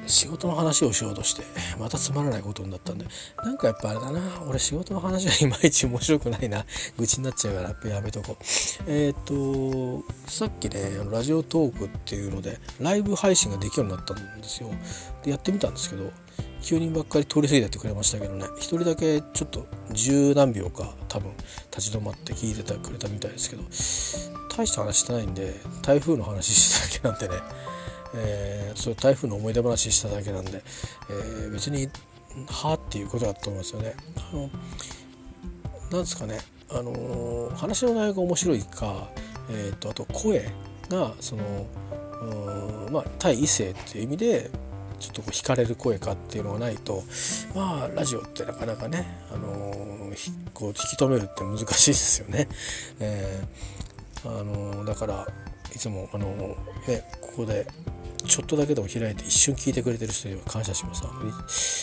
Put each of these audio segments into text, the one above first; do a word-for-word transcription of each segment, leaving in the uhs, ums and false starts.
仕事の話をしようとしてまたつまらないことになったんで、なんかやっぱあれだな、俺仕事の話はいまいち面白くないな、愚痴になっちゃうからやっぱやめとこう。えっとさっきねラジオトークっていうのでライブ配信ができるようになったんですよ。でやってみたんですけど、きゅうにんばっかり通り過ぎてってくれましたけどね、ひとりだけちょっと十何秒か多分立ち止まって聞いててくれたみたいですけど、大した話してないんで、台風の話しただけなんでね、えー、そう台風の思い出話しただけなんで、えー、別にはっていうことだと思いますよね。あのなんですかね、あのー、話の内容が面白いか、えー、とあと声がそのうん、まあ、対異性っていう意味でちょっとこう惹かれる声かっていうのがないと、まあラジオってなかなかね、あのー、こう引き止めるって難しいですよね。えーあのー、だからいつも、あのーね、ここでちょっとだけでも開いて一瞬聞いてくれてる人には感謝します。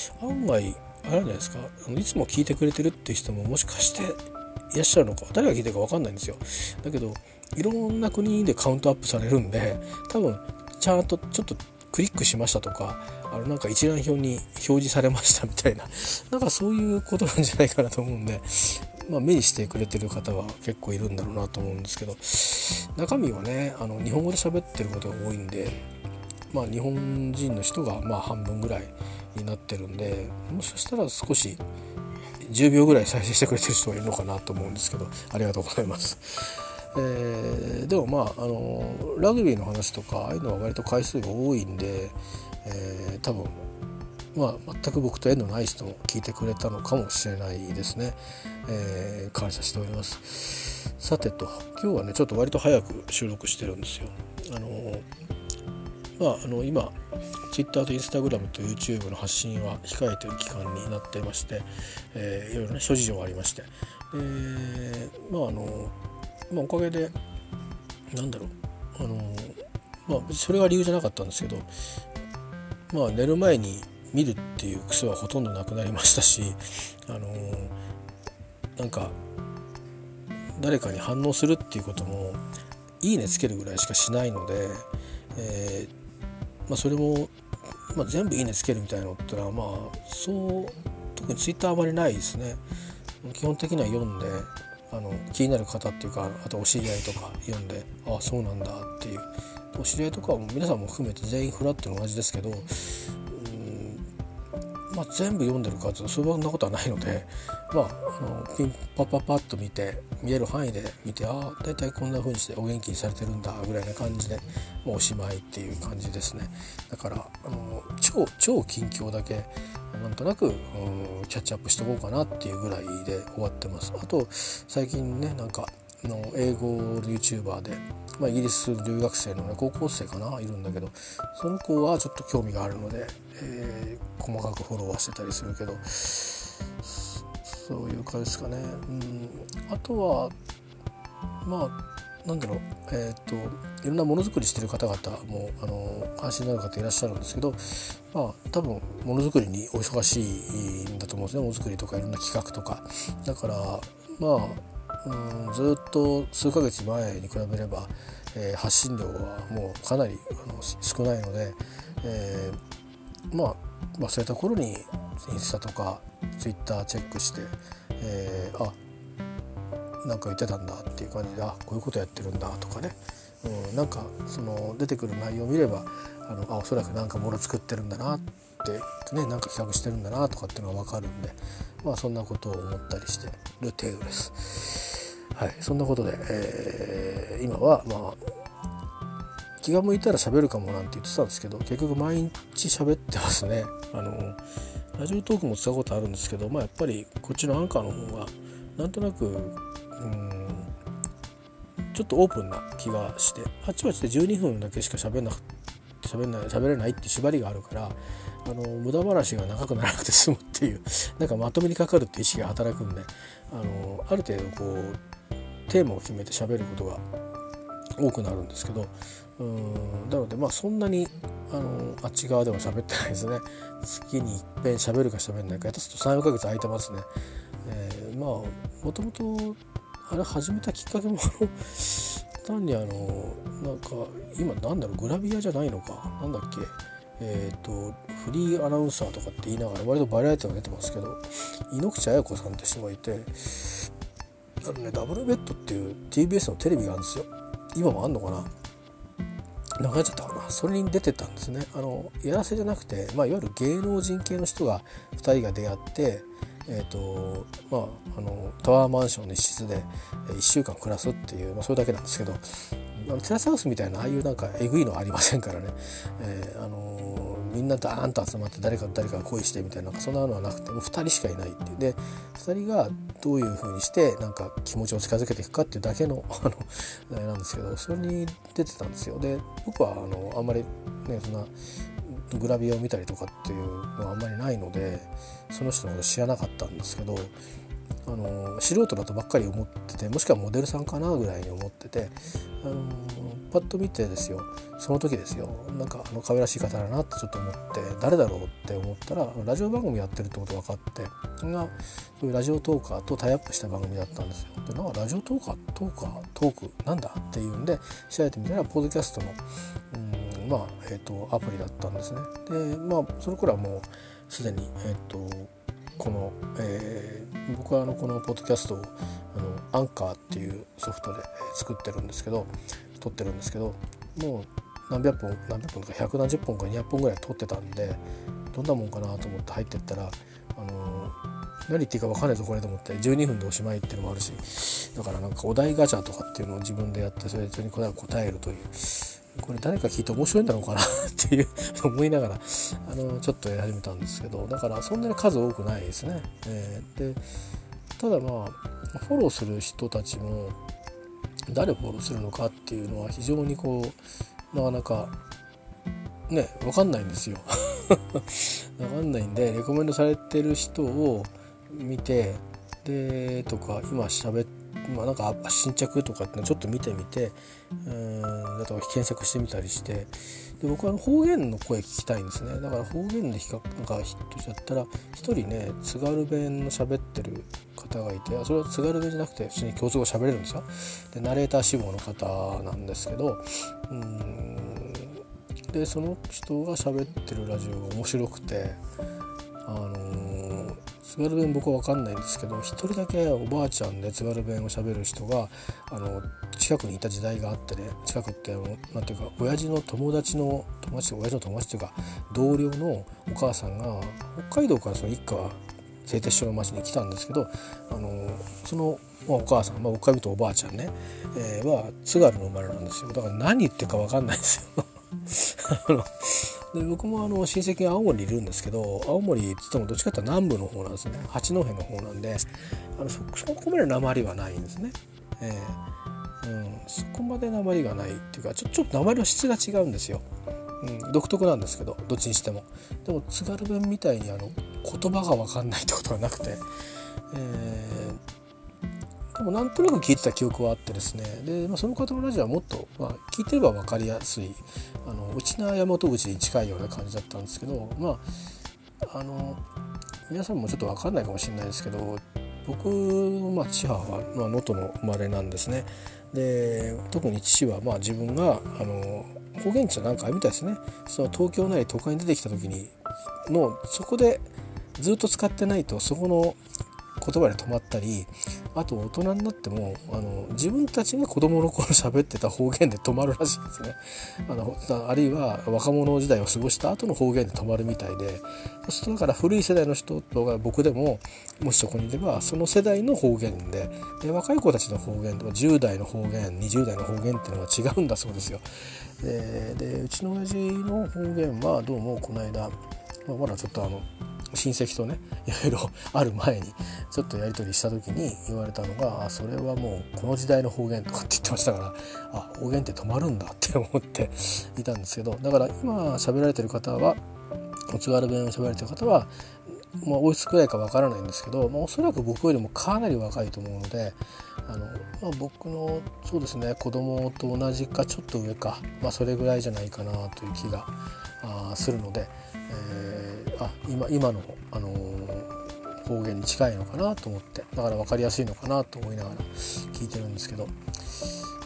案外あれじゃないですか、いつも聞いてくれてるっていう人ももしかしていらっしゃるのか、誰が聞いてるか分かんないんですよ。だけどいろんな国でカウントアップされるんで、多分ちゃんとちょっとクリックしましたとか、あのなんか一覧表に表示されましたみたいな、なんかそういうことなんじゃないかなと思うんで、まあ、目にしてくれてる方は結構いるんだろうなと思うんですけど、中身はね、あの日本語で喋ってることが多いんで、まあ、日本人の人がまあ半分ぐらいになってるんで、もしかしたら少しじゅうびょうぐらい再生してくれてる人がいるのかなと思うんですけど、ありがとうございます。えー、でもまあ、あのラグビーの話とかああいうのは割と回数が多いんで、えー、多分まあ全く僕と縁のない人も聞いてくれたのかもしれないですね。えー、感謝しております。さてと、今日はねちょっと割と早く収録してるんですよ。あのまあ、あの今 Twitter と Instagram と YouTube の発信は控えている期間になっていまして、えー、いろいろね諸事情がありまして、でまああのまあ、おかげでなんだろう、あのまあそれが理由じゃなかったんですけど、まあ寝る前に見るっていう癖はほとんどなくなりましたし、あのなんか誰かに反応するっていうこともいいねつけるぐらいしかしないので、えーまあ、それも、まあ、全部いいねつけるみたいなのってのはまあそう特にツイッターあまりないですね。基本的には読んで、あの気になる方っていうか、あとお知り合いとか読んで、ああそうなんだっていう、お知り合いとかは皆さんも含めて全員フラットの同じですけど、うーん、まあ、全部読んでるかというとそんなことはないので、まあ、あのピンパッパッパッと見て見える範囲で見て、ああだいたいこんな風にしてお元気にされてるんだぐらいな感じでもうおしまいっていう感じですね。だからあの超超近況だけなんとなくキャッチアップしとこうかなっていうぐらいで終わってます。あと最近ね、なんかの英語の YouTuber で、まあ、イギリス留学生の、ね、高校生かないるんだけど、その子はちょっと興味があるので、えー、細かくフォローはしてたりするけど、そういう感じですかね。うん、あとはまあなんだろう、えっといろんなものづくりしてる方々もあの関心のある方いらっしゃるんですけど、まあ多分ものづくりにお忙しいんだと思うんですね。ものづくりとかいろんな企画とかだから、まあ、うん、ずっと数ヶ月前に比べれば、えー、発信量はもうかなりあの少ないので、えー、まあ忘れた頃にインスタとかツイッターチェックして、えー、あなんか言ってたんだっていう感じで、あこういうことやってるんだとかね、うん、なんかその出てくる内容を見れば、あのあおそらくなんかもの作ってるんだなってね、なんか企画してるんだなとかっていうのが分かるんで、まあそんなことを思ったりしてる程度です。はい、そんなことで、えー、今はまあ気が向いたら喋るかもなんて言ってたんですけど、結局毎日喋ってますね。あのラジオトークも使うことあるんですけど、まあやっぱりこっちのアンカーの方がなんとなくうんちょっとオープンな気がして、あっちはしてじゅうにふんだけしか喋んなく喋んない喋れないって縛りがあるから、あの無駄話が長くならなくて済むっていう、なんかまとめにかかるって意識が働くんで、あのある程度こうテーマを決めて喋ることが多くなるんですけど、うーんなのでまあそんなにあのあっち側では喋ってないですね。月に一遍喋るか喋んないか、やったすと さん,よん ヶ月空いてますね。えー、まあもともとあれ始めたきっかけも単にあのなんか今なんだろうグラビアじゃないのかなんだっけ、 えー、とフリーアナウンサーとかって言いながら割とバラエティーが出てますけど、猪口彩子さんって人がいて、あのね、ダブルベッドっていう ティービーエス のテレビがあるんですよ。今もあんのかな、なくなっちゃったかな。それに出てたんですね。あのやらせじゃなくて、まあ、いわゆる芸能人系の人がふたりが出会って、えーとまあ、あのタワーマンションの一室でいっしゅうかん暮らすっていう、まあ、それだけなんですけど、あのテラスハウスみたいなああいうなんかえぐいのはありませんからね、えーあのーみんなダーンと集まって誰かと誰かが恋してみたいな、なんかそんなのはなくて、もうふたりしかいないっていうで、ふたりがどういう風にしてなんか気持ちを近づけていくかっていうだけのあのあれなんですけど、それに出てたんですよ。で僕はあのあんまりねそんなグラビアを見たりとかっていうのはあんまりないので、その人のこと知らなかったんですけど、あの素人だとばっかり思ってて、もしくはモデルさんかなぐらいに思ってて、あのパッと見てですよ、その時ですよ、なんかあの可愛らしい方だなってちょっと思って、誰だろうって思ったらラジオ番組やってるってこと分かって、がそういうラジオトーカーとタイアップした番組だったんですよ。でなんかラジオトーカートーカートークなんだっていうんで調べてみたらポッドキャストのうんまあえっ、ー、とアプリだったんですね。でまあその頃はもうすでにえっ、ー、とこの、えー、僕はあのこのポッドキャストをあのアンカーっていうソフトで作ってるんですけど撮ってるんですけど、もう何百本何百本かひゃくなんじゅっぽんかにひゃくぽんぐらい撮ってたんで、どんなもんかなと思って入ってったら、あのー、何言っていいか分かんないぞこれと思って、じゅうにふんでおしまいっていうのもあるし、だからなんかお題ガチャとかっていうのを自分でやって、それに答えを答えるという、これ誰か聞いて面白いんだろうかなっていう思いながらあのちょっとやり始めたんですけど、だからそんなに数多くないですね。えー、でただまあフォローする人たちも誰フォローするのかっていうのは非常にこうなかなかね分かんないんですよ分かんないんで、レコメンドされてる人を見てでとか今喋ってまあ、なんか新着とかってのちょっと見てみて、うーんだとか検索してみたりして、で僕は方言の声聞きたいんですね。だから方言で比較なんかヒットしちゃったら一人ね津軽弁の喋ってる方がいて、それは津軽弁じゃなくて普通に共通語喋れるんですよ。でナレーター志望の方なんですけど、うーんでその人が喋ってるラジオが面白くて、あのー、津軽弁僕は分かんないんですけど、一人だけおばあちゃんで津軽弁を喋る人があの近くにいた時代があってね、近くってあのなんていうか親父の友達の友達親父の友達というか同僚のお母さんが北海道からその一家は製鉄所の町に来たんですけど、あのその、まあ、お母さん、まあ、僕から見るとおばあちゃんね、えー、は津軽の生まれなんですよ。だから何言ってるか分かんないんですよあので僕もあの親戚が青森にいるんですけど、青森って言ってもどっちかっていうと南部の方なんですね。八戸の方なんで、あの そ, そこまで訛りはないんですね。えーうん、そこまで訛りがないっていうか、ちょ, ちょっと訛りの質が違うんですよ。うん、独特なんですけどどっちにしても。でも津軽弁みたいにあの言葉が分かんないってことはなくて、えー、でもなんとなく聞いてた記憶はあってですね。で、まあ、その方のラジオはもっと、まあ、聞いてれば分かりやすい、あの内縄大和口に近いような感じだったんですけど、まああの皆さんもちょっと分かんないかもしれないですけど、僕の、まあ、父母は能登、まあ、の生まれなんですね。で特に父はまあ自分があの方言ってなんかあるみたいですね。その東京なり都会に出てきた時にのそこでずっと使ってないとそこの言葉で止まったり、あと大人になってもあの自分たちが子供の頃喋ってた方言で止まるらしいですね。あのあるいは若者時代を過ごした後の方言で止まるみたいで、そうするとだから古い世代の人とか僕でももしそこにいればその世代の方言 で, で若い子たちの方言とかじゅう代の方言にじゅう代の方言っていうのは違うんだそうですよ。で, でうちの親父の方言はどうもこの間、まあ、まだちょっとあの親戚とねいろいろある前にちょっとやり取りした時に言われたのが、あそれはもうこの時代の方言とかって言ってましたから、あ方言って止まるんだって思っていたんですけど、だから今喋られてる方は津軽弁を喋られてる方はまあ、おいつくらいかわからないんですけど、まあ、おそらく僕よりもかなり若いと思うので、あの、まあ、僕のそうですね子供と同じかちょっと上か、まあ、それぐらいじゃないかなという気があするので、えー、あ 今, 今の、あのー、方言に近いのかなと思って、だから分かりやすいのかなと思いながら聞いてるんですけど、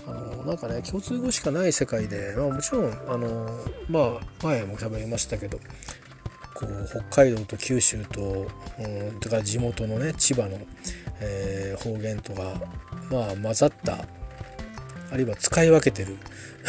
あのなんかね共通語しかない世界で、まあ、もちろんあの、まあ、前も喋りましたけどこう北海道と九州と、うん、とか地元のね千葉の、えー、方言とか、まあ、混ざったあるいは使い分けてる、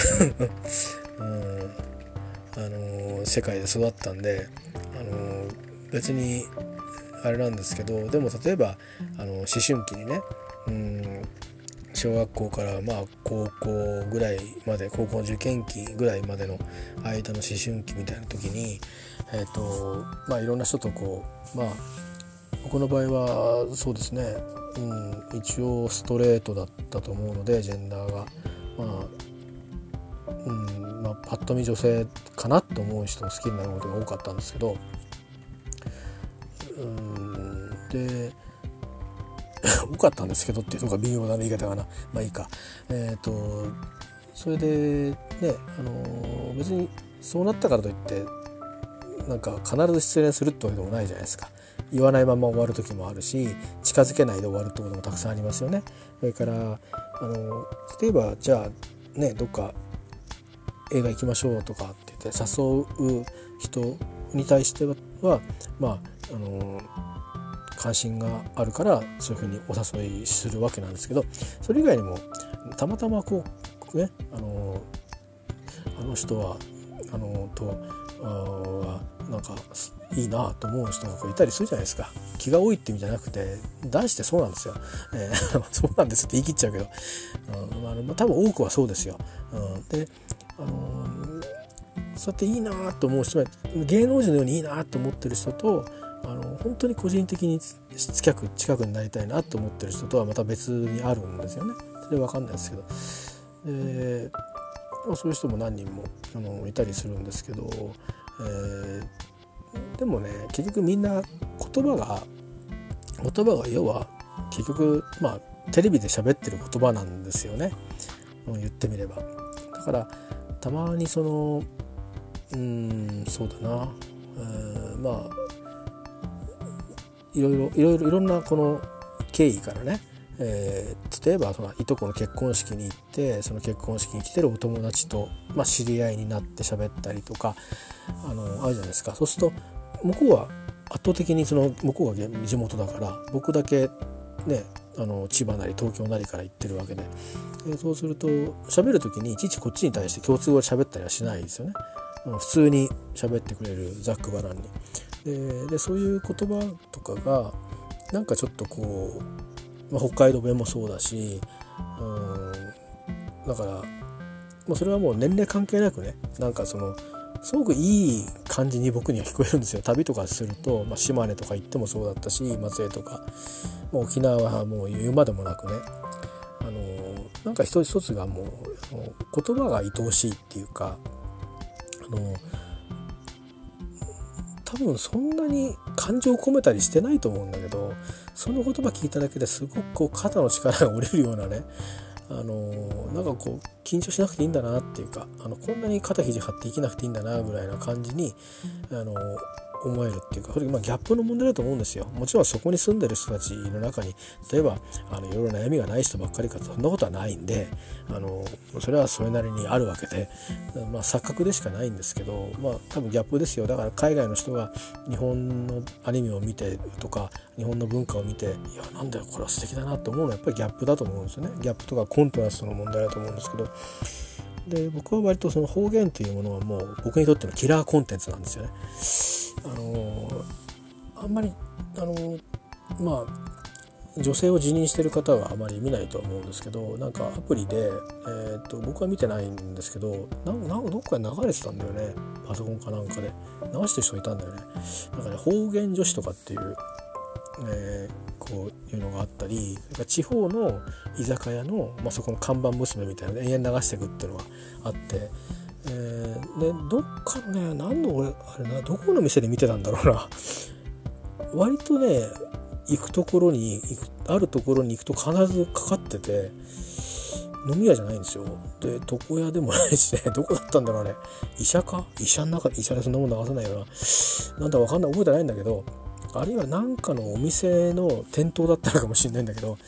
うんあの世界で育ったんで、あの別にあれなんですけど、でも例えばあの思春期にね、うん小学校からまあ高校ぐらいまで、高校受験期ぐらいまでの間の思春期みたいな時に、えーとまあ、いろんな人とこう、まあ僕の場合はそうですね、うん、一応ストレートだったと思うのでジェンダーが、まあうんまあ、パッと見女性かなと思う人を好きになることが多かったんですけど、うんで多かったんですけどっていうのが微妙な言い方かな、まあいいか。えっとそれでね、あの別にそうなったからといってなんか必ず失恋するってわけでもないじゃないですか。言わないまま終わる時もあるし、近づけないで終わるってこともたくさんありますよね。それからあの例えばじゃあねどっか映画行きましょうとかって言って誘う人に対してはまああの関心があるからそういうふうにお誘いするわけなんですけど、それ以外にもたまたまこうねあのあの人はあのとはなんかいいなと思う人がこういたりするじゃないですか。気が多いって意味じゃなくて男子ってそうなんですよ、えー、そうなんですって言い切っちゃうけど、うん、あの多分多くはそうですよ、うん、であのそうやっていいなと思う人、芸能人のようにいいなと思ってる人とあの本当に個人的に近く近くになりたいなと思ってる人とはまた別にあるんですよね。それは分かんないですけど、で、まあ、そういう人も何人もあのいたりするんですけど、えー、でもね結局みんな言葉が言葉が要は結局まあテレビで喋ってる言葉なんですよね、言ってみれば。だからたまにそのうーんそうだな、えー、まあいろいろいろいろいろんなこの経緯からね、えー、例えばそのいとこの結婚式に行ってその結婚式に来てるお友達と、まあ、知り合いになって喋ったりとか あのあるじゃないですか。そうすると向こうは圧倒的にその向こうが地元だから僕だけねあの千葉なり東京なりから行ってるわけで、えー、そうすると喋る時にいちいちこっちに対して共通語で喋ったりはしないですよね。普通に喋ってくれるざっくばらんに で, でそういう言葉とかがなんかちょっとこう、まあ、北海道弁もそうだし、うんだから、まあ、それはもう年齢関係なくねなんかそのすごくいい感じに僕には聞こえるんですよ。旅とかすると、まあ、島根とか行ってもそうだったし松江とか、まあ、沖縄はもう言うまでもなくねあのなんか一つ一つがもう言葉が愛おしいっていうかあの多分そんなに感情を込めたりしてないと思うんだけどその言葉聞いただけですごくこう肩の力が折れるようなねあのなんかこう緊張しなくていいんだなっていうかあのこんなに肩肘張って生きなくていいんだなぐらいな感じにあの思えるっていうか、それまあギャップの問題だと思うんですよ。もちろんそこに住んでる人たちの中に例えばあのいろいろ悩みがない人ばっかりかとそんなことはないんであのそれはそれなりにあるわけで、まあ、錯覚でしかないんですけど、まあ多分ギャップですよ。だから海外の人が日本のアニメを見てとか日本の文化を見ていやなんだよこれは素敵だなと思うのはやっぱりギャップだと思うんですよね。ギャップとかコントラストの問題だと思うんですけど、で僕は割とその方言というものはもう僕にとってのキラーコンテンツなんですよね。あのー、あんまりあのー、まあ女性を自認してる方はあまり見ないとは思うんですけどなんかアプリで、えー、と僕は見てないんですけどなんなんかどっかで流れてたんだよね。パソコンかなんかで流してる人がいたんだよね。なんかね方言女子とかっていう、えー、こういうのがあったりそれから地方の居酒屋の、まあ、そこの看板娘みたいなので延々流していくっていうのがあってえー、でどっかのね何の俺あれなどこの店で見てたんだろうな割とね行くところに行くあるところに行くと必ずかかってて飲み屋じゃないんですよ。で床屋でもないしねどこだったんだろうね医者か医者の中医者でそんなもん流せないよななんだか分かんない覚えてないんだけどあるいは何かのお店の店頭だったのかもしれないんだけど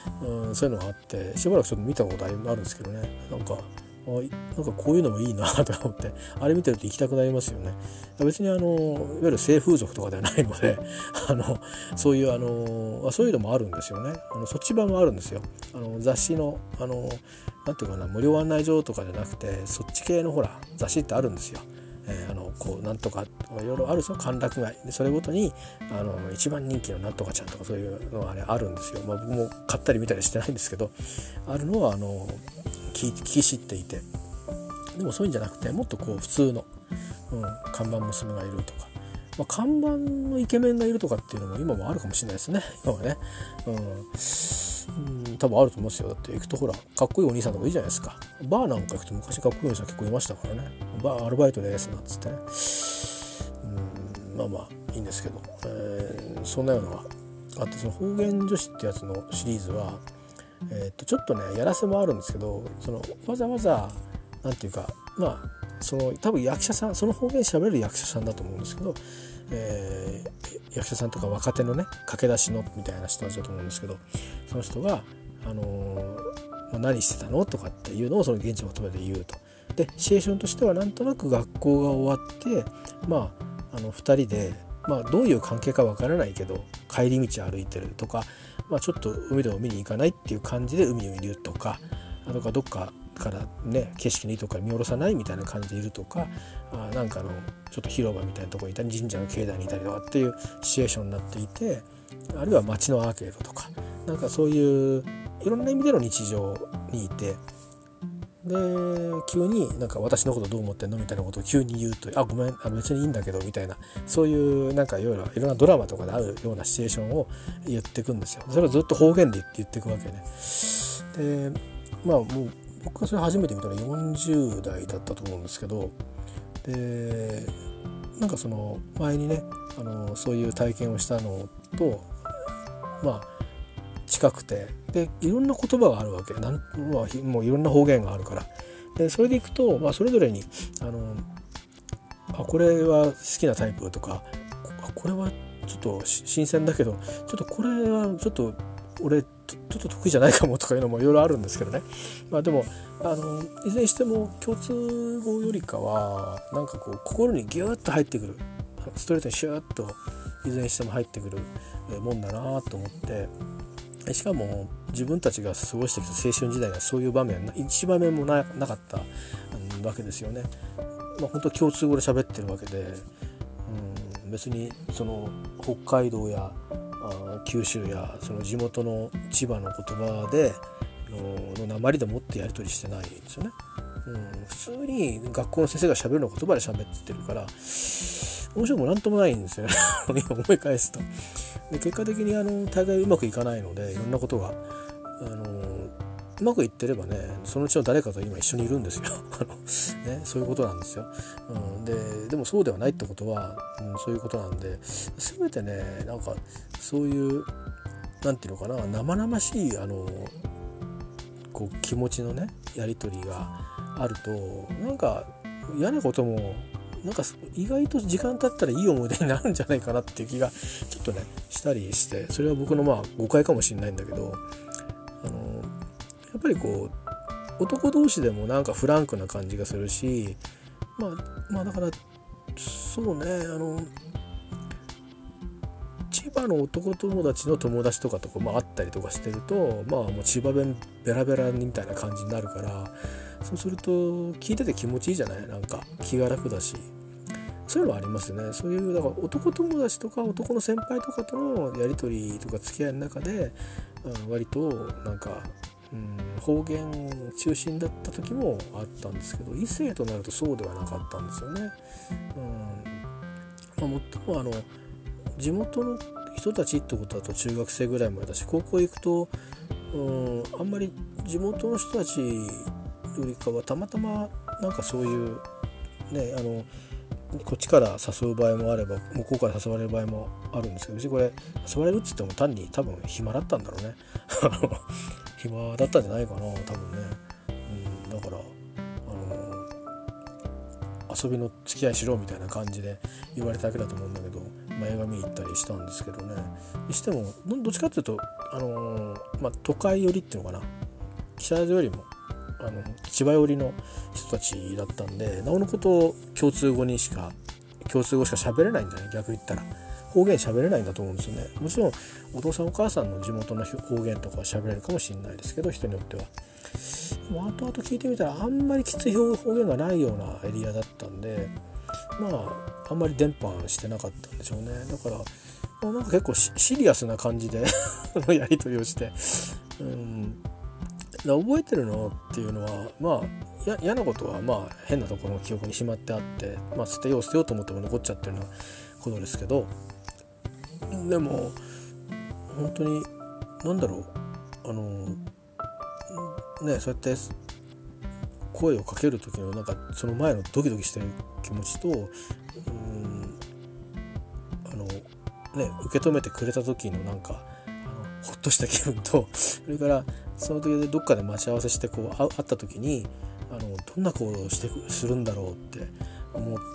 うん、そういうのがあってしばらくちょっと見たことあるんですけどね、なんかあなんかこういうのもいいなと思ってあれ見てると行きたくなりますよね。別にあのいわゆる性風俗とかではないのであのそういうあのそういうのもあるんですよね。あのそっち版もあるんですよ。あの雑誌のあのなんていうかな、無料案内所とかじゃなくてそっち系のほら雑誌ってあるんですよ。えー、あのこうなんとかいろいろあるんですよ、歓楽街で。それごとにあの一番人気のなんとかちゃんとかそういうのが、ね、あるんですよ。まあ、僕も買ったり見たりしてないんですけど、あるのはあの聞き知っていて、でもそういうんじゃなくてもっとこう普通の、うん、看板娘がいるとか、まあ、看板のイケメンがいるとかっていうのも今もあるかもしれないですね、今はね、うんうん、多分あると思うんですよ。だって行くとほらかっこいいお兄さんとかいいじゃないですか。バーなんか行くと昔かっこいいお兄さん結構いましたからね。バーアルバイトですなんつってね、うん、まあまあいいんですけど、えー、そんなようなのがあって、その方言女子ってやつのシリーズは、えー、とちょっとねやらせもあるんですけど、そのわざわざなんていうか、まあその多分役者さん、その方言喋る役者さんだと思うんですけど、えー、役者さんとか若手のね駆け出しのみたいな人たちだと思うんですけど、その人が、あのーまあ、何してたのとかっていうのをその現地の言葉で言うと。でシチュエーションとしてはなんとなく学校が終わって、まあ、あのふたりで、まあ、どういう関係かわからないけど帰り道歩いてるとか、まあ、ちょっと海でも見に行かないっていう感じで海を見るとか、あとかどっかからね景色のいいとこから見下ろさないみたいな感じでいるとか、あなんかのちょっと広場みたいなところにいたり神社の境内にいたりとかっていうシチュエーションになっていて、あるいは街のアーケードとか、なんかそういういろんな意味での日常にいて、で急になんか私のことどう思ってんのみたいなことを急に言うと、あごめんあ別にいいんだけどみたいな、そういうなんかいろいろいろんなドラマとかであるようなシチュエーションを言っていくんですよ。それをずっと方言で言っていくわけね。でまあもう僕がそれ初めて見たのはよんじゅう代だったと思うんですけど、でなんかその前にねあのそういう体験をしたのとまあ近くて、でいろんな言葉があるわけなん、まあ、もういろんな方言があるから、でそれでいくと、まあ、それぞれにあのあこれは好きなタイプとか、これはちょっと新鮮だけどちょっとこれはちょっと俺ちょっと得意じゃないかもとかいうのもいろいろあるんですけどね。まあでもあのいずれにしても共通語よりかはなんかこう心にギューッと入ってくる、ストレートにシューッといずれにしても入ってくるもんだなと思って、しかも自分たちが過ごしてきた青春時代にはそういう場面は一場面も な, なかったわけですよね。まあ、本当共通語で喋ってるわけで、うん、別にその北海道やあ九州やその地元の千葉の言葉での訛りでもってやり取りしてないんですよね。うん、普通に学校の先生が喋るの言葉で喋ってるから面白くもなんともないんですよね今思い返すと。で結果的にあの大概うまくいかないので、いろんなことがあのうまくいってればねそのうちの誰かと今一緒にいるんですよあの、ね、そういうことなんですよ、うん、ででもそうではないってことは、うん、そういうことなんで、せめてねなんかそういうなんていうのかな生々しいあのこう気持ちのねやり取りがあるとなんか嫌なこともなんか意外と時間経ったらいい思い出になるんじゃないかなっていう気がちょっとねしたりして、それは僕のまあ誤解かもしれないんだけど、あのやっぱりこう男同士でもなんかフランクな感じがするし、まあまあだからそうねあの千葉の男友達の友達とかとか、まあ、会ったりとかしてるとまあもう千葉弁ベラベラみたいな感じになるから、そうすると聞いてて気持ちいいじゃない、なんか気が楽だし、そういうのはありますよね。そういうだから男友達とか男の先輩とかとのやり取りとか付き合いの中で、うん、割となんか、うん、方言中心だった時もあったんですけど、異性となるとそうではなかったんですよね。うんまあ、最もあの地元の人たちってことだと中学生ぐらいまでだし、高校行くと、うん、あんまり地元の人たちよりかはたまたまなんかそういうねあのこっちから誘う場合もあれば向こうから誘われる場合もあるんですけど、別にこれ誘われるっつっても単に多分暇だったんだろうね暇だったんじゃないかな多分ね、うん、だからあの遊びの付き合いしろみたいな感じで言われただけだと思うんだけど、まあ、映画見に行ったりしたんですけどね。にしてもどっちかっていうと、あのーまあ、都会寄りっていうのかな、木更津よりもあの千葉寄りの人たちだったんで、なおのこと共通語にしか共通語しか喋れないんだね。逆言ったら方言喋れないんだと思うんですよね。もちろんお父さんお母さんの地元の方言とかは喋れるかもしれないですけど、人によっては。でも後々聞いてみたらあんまりきつい方言がないようなエリアだったんで、まああんまり伝播してなかったんでしょうね。だから、まあ、なんか結構シリアスな感じでやり取りをして、うん、覚えてるのっていうのは、まあや嫌なことはまあ変なところの記憶にしまってあって、まあ、捨てよう捨てようと思っても残っちゃってるようなことですけど、でも本当に何だろう、あのね、そうやって声をかける時のなんかその前のドキドキしてる気持ちと、うん、あのね、受け止めてくれた時のなんかあのほっとした気分と、それからその時でどっかで待ち合わせしてこう会った時にあのどんな行動をしてするんだろうって思って、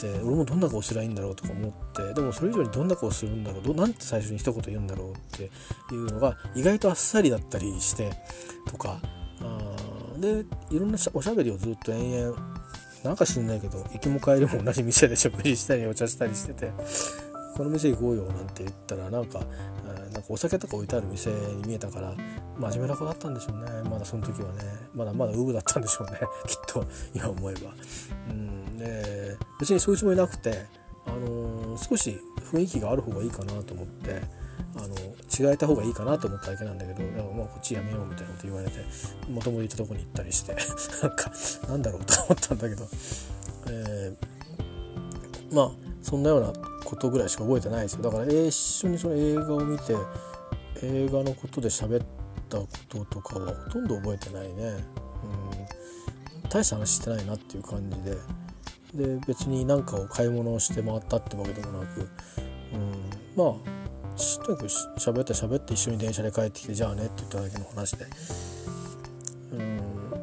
俺もどんな顔すりゃいいんだろうとか思って、でもそれ以上にどんな顔するんだろう、どなんて最初に一言言うんだろうっていうのが意外とあっさりだったりしてとか、あでいろんなおしゃべりをずっと延々なんか知んないけど行きも帰りも同じ店で食事したりお茶したりしてて、この店行こうよなんて言ったらなんかなんかお酒とか置いてある店に見えたから真面目な子だったんでしょうね。まだその時はね、まだまだウブだったんでしょうねきっと今思えば。うんで別にそういうつもりなくて、あのー、少し雰囲気がある方がいいかなと思って、あの違えた方がいいかなと思っただけなんだけど、まあ、こっちやめようみたいなこと言われて、もともと行ったとこに行ったりしてなんかなんだろうと思ったんだけど、えー、まあそんなようなことぐらいしか覚えてないですよ。だから、えー、一緒にその映画を見て映画のことで喋ったこととかはほとんど覚えてないね。うん、大した話してないなっていう感じで、で別に何かを買い物をして回ったってわけでもなく、うん、まあとにかく喋って喋って一緒に電車で帰ってきてじゃあねって言っただけの話で、うん、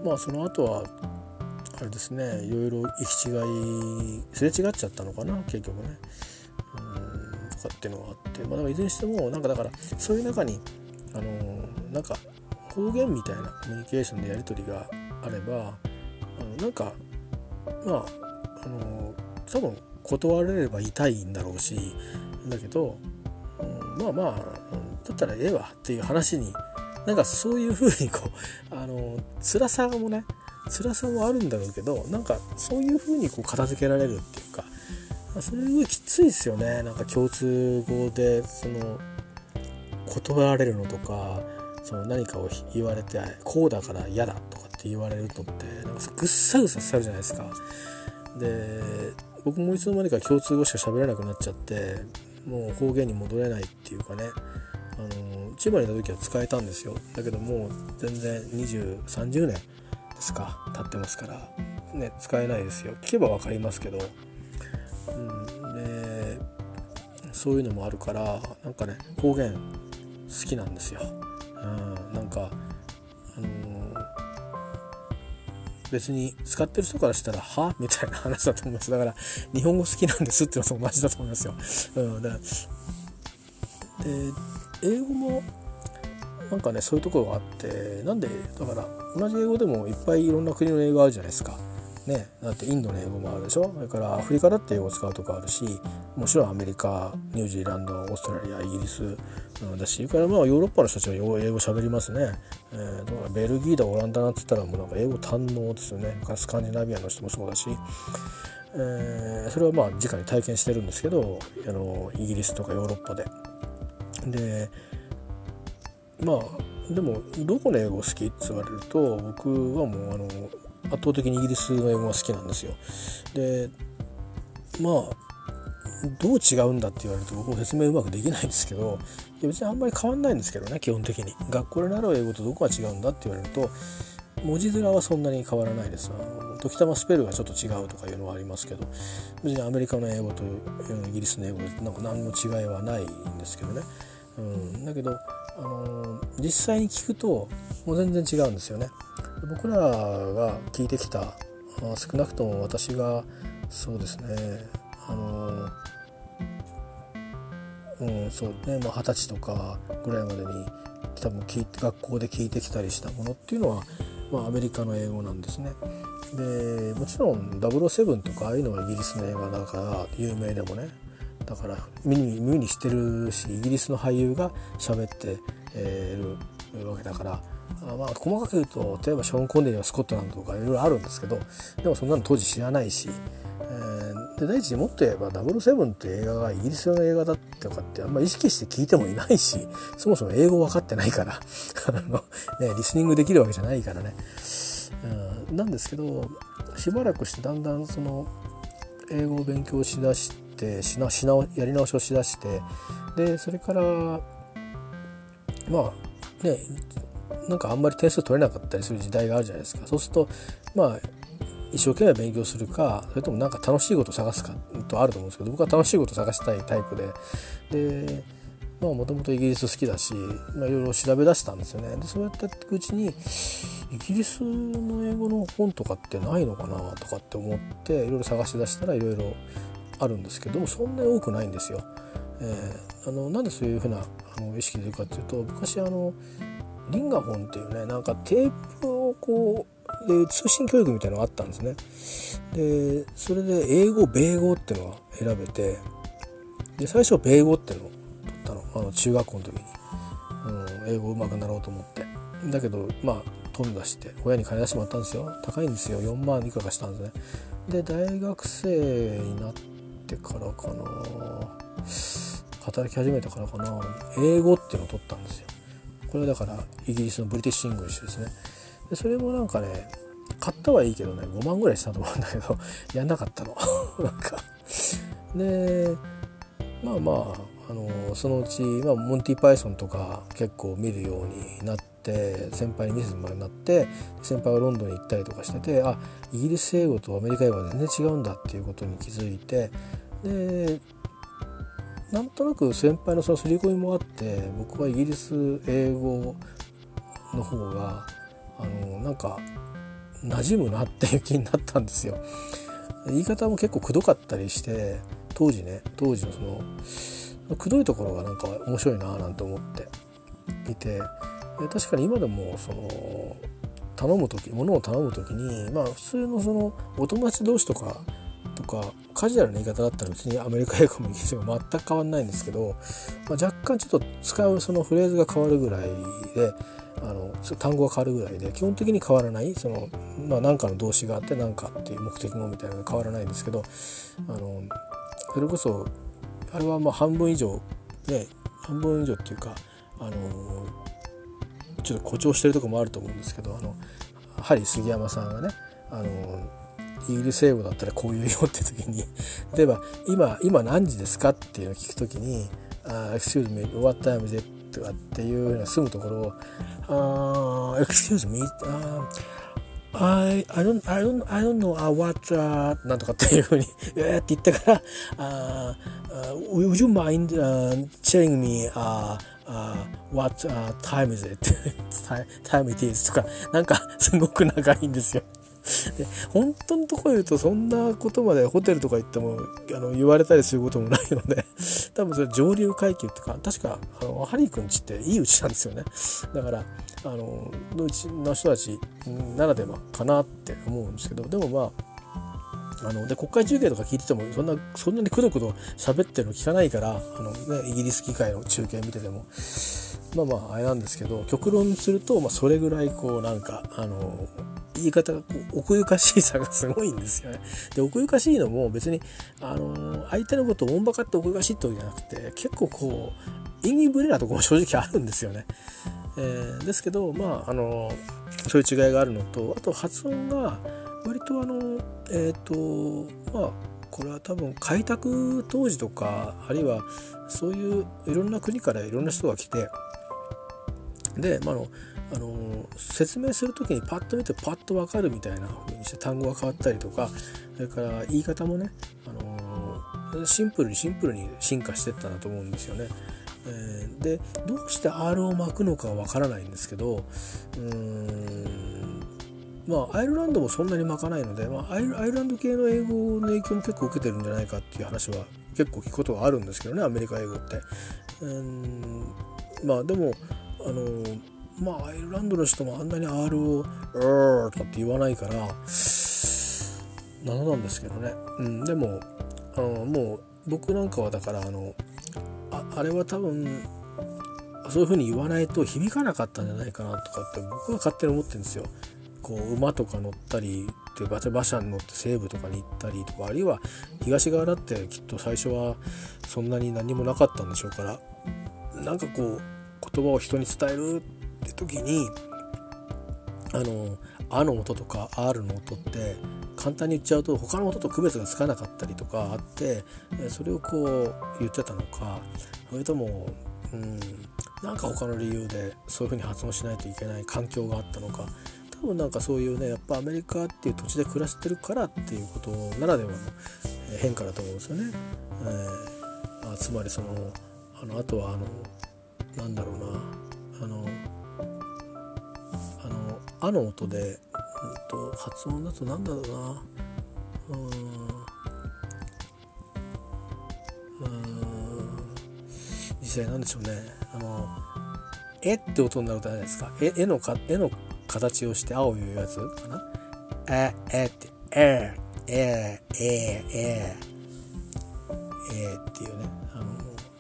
まあその後はあれですね、いろいろ行き違いすれ違っちゃったのかな結局ね、うん、とかっていうのがあって、まあ、だからいずれにしてもなんかだからそういう中にあのー、なんか方言みたいなコミュニケーションでやり取りがあれば、あのなんかまああのー、多分断られれば痛いんだろうし、だけど、うん、まあまあ、うん、だったらええわっていう話になんかそういう風にこうあの辛さもね辛さもあるんだろうけど、なんかそういう風にこう片付けられるっていうか、それすごいきついですよね。なんか共通語でその断られるのとか、その何かを言われてこうだから嫌だとかって言われるのってなんかぐっさぐささるじゃないですか。で僕もいつの間にか共通語しか喋れなくなっちゃって、もう方言に戻れないっていうかね、あの千葉にいた時は使えたんですよ。だけどもう全然にじゅう、さんじゅうねんですか経ってますからね、使えないですよ。聞けば分かりますけど、うん、でそういうのもあるからなんかね方言好きなんですよ。うん、なんかあのー、別に使ってる人からしたらはみたいな話だと思います。だから日本語好きなんですっていうのと同じだと思いますよ。うん、だで英語もなんかねそういうところがあって、なんでだから同じ英語でもいっぱいいろんな国の英語あるじゃないですか。ね、だってインドの英語もあるでしょ。それからアフリカだって英語を使うとこあるし、もちろんアメリカ、ニュージーランド、オーストラリア、イギリスだし、それからまあヨーロッパの人たちは英語喋りますね。えー、だからベルギーだオランダなんて言ったらもうなんか英語堪能ですよね。スカンジナビアの人もそうだし、えー、それはまあ直に体験してるんですけど、あのイギリスとかヨーロッパで。でまあでもどこの英語好きって言われると僕はもうあの圧倒的にイギリスの英語が好きなんですよ。でまあどう違うんだって言われると僕も説明うまくできないんですけど、いや別にあんまり変わんないんですけどね。基本的に学校で習う英語とどこが違うんだって言われると文字面はそんなに変わらないです。時たまスペルがちょっと違うとかいうのはありますけど、別にアメリカの英語とイギリスの英語でなんか何の違いはないんですけどね。うん、だけど、あのー、実際に聞くともう全然違うんですよね。僕らが聞いてきた、あまあ、少なくとも私がそうですねあのうんそうねまあ二十歳とかぐらいまでに多分聞いて学校で聞いてきたりしたものっていうのは、まあ、アメリカの英語なんですね。でもちろんダブルオーセブンとかああいうのはイギリスの映画だから有名でもねだから耳に耳にしてるしイギリスの俳優が喋って、えー、いるわけだからあまあ細かく言うと例えばショーン・コネリーはスコットランドとかいろいろあるんですけどでもそんなの当時知らないし、えー、で第一にもっと言えばダブルオーセブンっていう映画がイギリスの映画だってかってあんまり意識して聞いてもいないしそもそも英語分かってないからあの、ね、リスニングできるわけじゃないからね、うん、なんですけどしばらくしてだんだんその英語を勉強しだしてしなしなやり直しをしだしてでそれからまあねなんかあんまり点数取れなかったりする時代があるじゃないですか。そうするとまあ一生懸命勉強するかそれともなんか楽しいことを探すかとあると思うんですけど僕は楽しいことを探したいタイプででまあもともとイギリス好きだし、まあ、いろいろ調べ出したんですよね。でそうやってやっていくうちにイギリスの英語の本とかってないのかなとかって思っていろいろ探し出したらいろいろあるんですけどもそんなに多くないんですよ。えー、あのなんでそういうふうなあの意識でるかっていうと昔あのリンガフォンっていうねなんかテープをこうで通信教育みたいなのがあったんですね。でそれで英語米語っていうのが選べてで最初米語っていうのを取ったのあの中学校の時に、うん、英語上手くなろうと思ってだけどまあ飛んだして親に金出してもらったんですよ。高いんですよよんまんいくらかしたんですね。で大学生になってからかな働き始めたからかな英語っていうのを取ったんですよ。これはだからイギリスのブリティッシュ・イングリッシュですね。でそれもなんかね買ったはいいけどねごまんぐらいしたと思うんだけどやんなかったのなんかでまあまあ、あのそのうち、まあ、モンティ・パイソンとか結構見るようになって先輩に見せてもらうようになって先輩はロンドンに行ったりとかしててあイギリス英語とアメリカ英語は全然違うんだっていうことに気づいてでなんとなく先輩のその刷り込みもあって僕はイギリス英語の方があのなんか馴染むなっていう気になったんですよ。言い方も結構くどかったりして当時ね当時のそのくどいところがなんか面白いななんて思っていて確かに今でもその頼む時物を頼む時にまあ普通のそのお友達同士とかとかカジュアルな言い方だったら別にアメリカ英語もイギリス英語も全く変わんないんですけど、まあ、若干ちょっと使うそのフレーズが変わるぐらいであの単語が変わるぐらいで基本的に変わらないその、まあ、何かの動詞があって何かっていう目的語みたいなのが変わらないんですけどあのそれこそあれはまあ半分以上ね半分以上っていうかあのちょっと誇張してるところもあると思うんですけどあのハリー杉山さんがねあのイギリス英語だったらこういうよって時に例えば今今何時ですかっていうのを聞く時にuh, excuse me what time is it とかっていうのが済むところを、uh, excuse me、uh, I, I don't I don't I don't know、uh, what、uh, なんとかっていうふうにえーって言ったから、uh, uh, would you mind、uh, telling me、uh, uh, what、uh, time is it time it is とかなんかすごく長いんですよ。で本当のところ言うとそんなことまでホテルとか行ってもあの言われたりすることもないので多分それ上流階級っていうか確かあのハリー君家っていい家なんですよね。だからあののうちの人たちならではかなって思うんですけどでもまああので国会中継とか聞いててもそんなそんなにくどくど喋ってるの聞かないからあの、ね、イギリス議会の中継見ててもまあまああれなんですけど極論すると、まあ、それぐらいこうなんかあの言い方がこう奥ゆかしいさがすごいんですよね。で奥ゆかしいのも別にあの相手のことをおんばかって奥ゆかしいってわけじゃなくて結構こう意味ぶれなところも正直あるんですよね。えー、ですけどまああのそういう違いがあるのとあと発音が割とあのえっとまあこれは多分開拓当時とかあるいはそういういろんな国からいろんな人が来てで、まあ、あのあの説明する時にパッと見てパッと分かるみたいな風にして単語が変わったりとかそれから言い方もね、あのシンプルにシンプルに進化していったなと思うんですよね。えー、でどうして アール を巻くのかは分からないんですけどうーんまあアイルランドもそんなに巻かないので、まあ、アイル、アイルランド系の英語の影響も結構受けてるんじゃないかっていう話は結構聞くことがあるんですけどね、アメリカ英語って。うんまあでもあのまあアイルランドの人もあんなに R を R とかって言わないから謎なんですけどね、うん、でもあのもう僕なんかはだからあの あ, あれは多分そういう風に言わないと響かなかったんじゃないかなとかって僕は勝手に思ってるんですよ。こう馬とか乗ったりでバチャバシャに乗って西部とかに行ったりとか、あるいは東側だってきっと最初はそんなに何もなかったんでしょうから、なんかこう言葉を人に伝えるって時にあの「あ」の音とか「R」の音って簡単に言っちゃうと他の音と区別がつかなかったりとかあって、それをこう言ってたのか、それともうんなんか他の理由でそういう風に発音しないといけない環境があったのか、多分なんかそういうね、やっぱアメリカっていう土地で暮らしてるからっていうことならではの変化だと思うんですよね。えー、あつまりそのあのあとはあのなんだろうなあのあのあの音で、うん、と発音だとなんだろうなうーんうーん実際なんでしょうね、あのえって音になるじゃないですか。え、えのか、えの形をしてあを言うやつかな。え、えって、え、え、え、え、え、えっていうね。あの、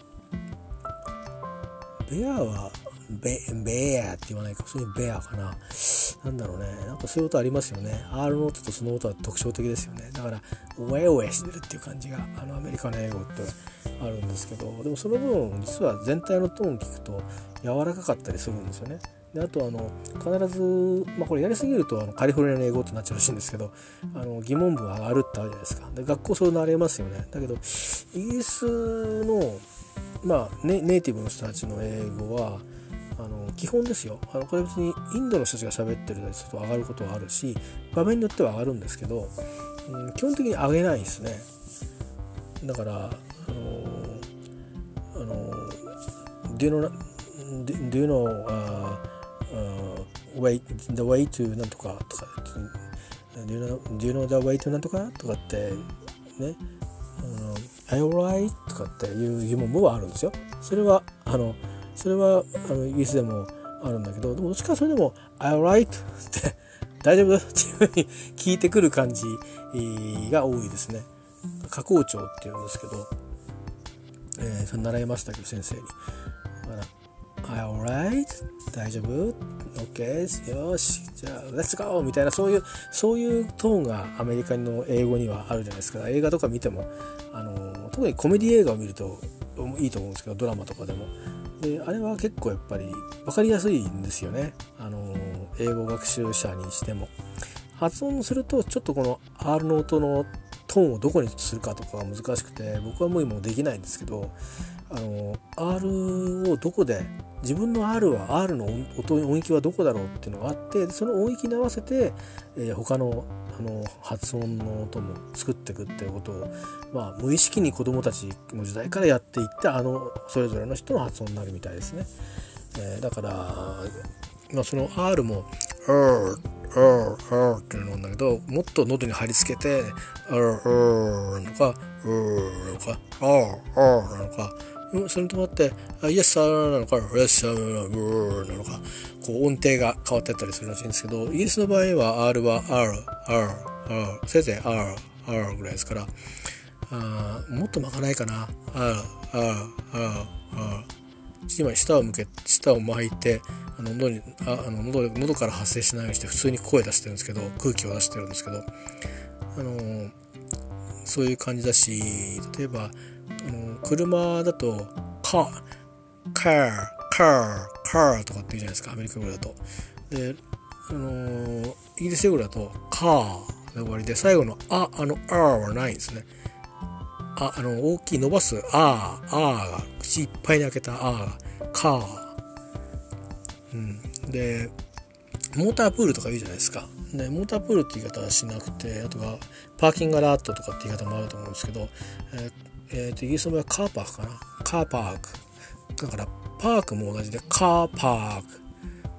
ベアは、ベ、ベアって言わないか、普通にベアかな。なんだろうね。なんかそういう音ありますよね。R の音とその音は特徴的ですよね。だから、ウェイウェイしてるっていう感じが、あの、アメリカの英語ってあるんですけど、でもその分、実は全体のトーンを聞くと、柔らかかったりするんですよね。であとあの必ず、まあ、これやりすぎるとあのカリフォルニアの英語ってなっちゃうらしいんですけど、あの疑問文が上がるってあるじゃないですか。で学校そうなれますよね。だけどイギリスの、まあ、ネ, ネイティブの人たちの英語はあの基本ですよ。あのこれ別にインドの人たちが喋ってるやつと上がることはあるし、場面によっては上がるんですけど、うん、基本的に上げないですね。だからあのあの Do you know Do, do you know uh, uh, way, the way to なんとかとか do you know, do you know the way to なんとかとかってね、Are you right? とかっていう疑問文はあるんですよ。それはあのそれはあのイギリスでもあるんだけど、でもどっちかそれでも Are you right? って大丈夫っていうふうに聞いてくる感じが多いですね。下校調っていうんですけど、えー、それ習いましたけど先生に。Alright 大丈夫 OK よしじゃあ Let's go みたいな、そういうそういうトーンがアメリカの英語にはあるじゃないですか。映画とか見てもあの特にコメディ映画を見るといいと思うんですけど、ドラマとかでもであれは結構やっぱり分かりやすいんですよね。あの英語学習者にしても発音するとちょっとこの R の音のトーンをどこにするかとかが難しくて、僕はもう今できないんですけど、あの R をどこで自分の R は R の音音域はどこだろうっていうのがあって、その音域に合わせて、えー、他の、あの発音の音も作っていくっていうことを、まあ、無意識に子どもたちの時代からやっていって、あのそれぞれの人の発音になるみたいですね。えー、だから、まあ、その R も R R R っていうのなんだけど、もっと喉に貼り付けて R R なのか R なのか R R なのか、それともあってYes sir なのか Yes sir なのか、こう音程が変わってったりするらしいんですけど、イギリスの場合は R は R R R せいぜい R R ぐらいですから、あもっと巻かないかな R R R R、今舌を向け舌を巻いてあの 喉, にああの 喉, 喉から発生しないようにして普通に声出してるんですけど、空気を出してるんですけど、あのそういう感じだし、例えばあの車だとカーカーカーカーとかって言うじゃないですか、アメリカ語だと。であのイギリス英語だとカーで終わりで、最後のああの R はないんですね。ああの大きい伸ばすあーあーが口いっぱいに開けたあーがカー、うん、でモータープールとか言うじゃないですか。でモータープールって言い方はしなくて、あとはパーキングラットとかって言い方もあると思うんですけど、えーえー、とイギリスの場合はカーパークかな、カーパークだからパークも同じでカーパーク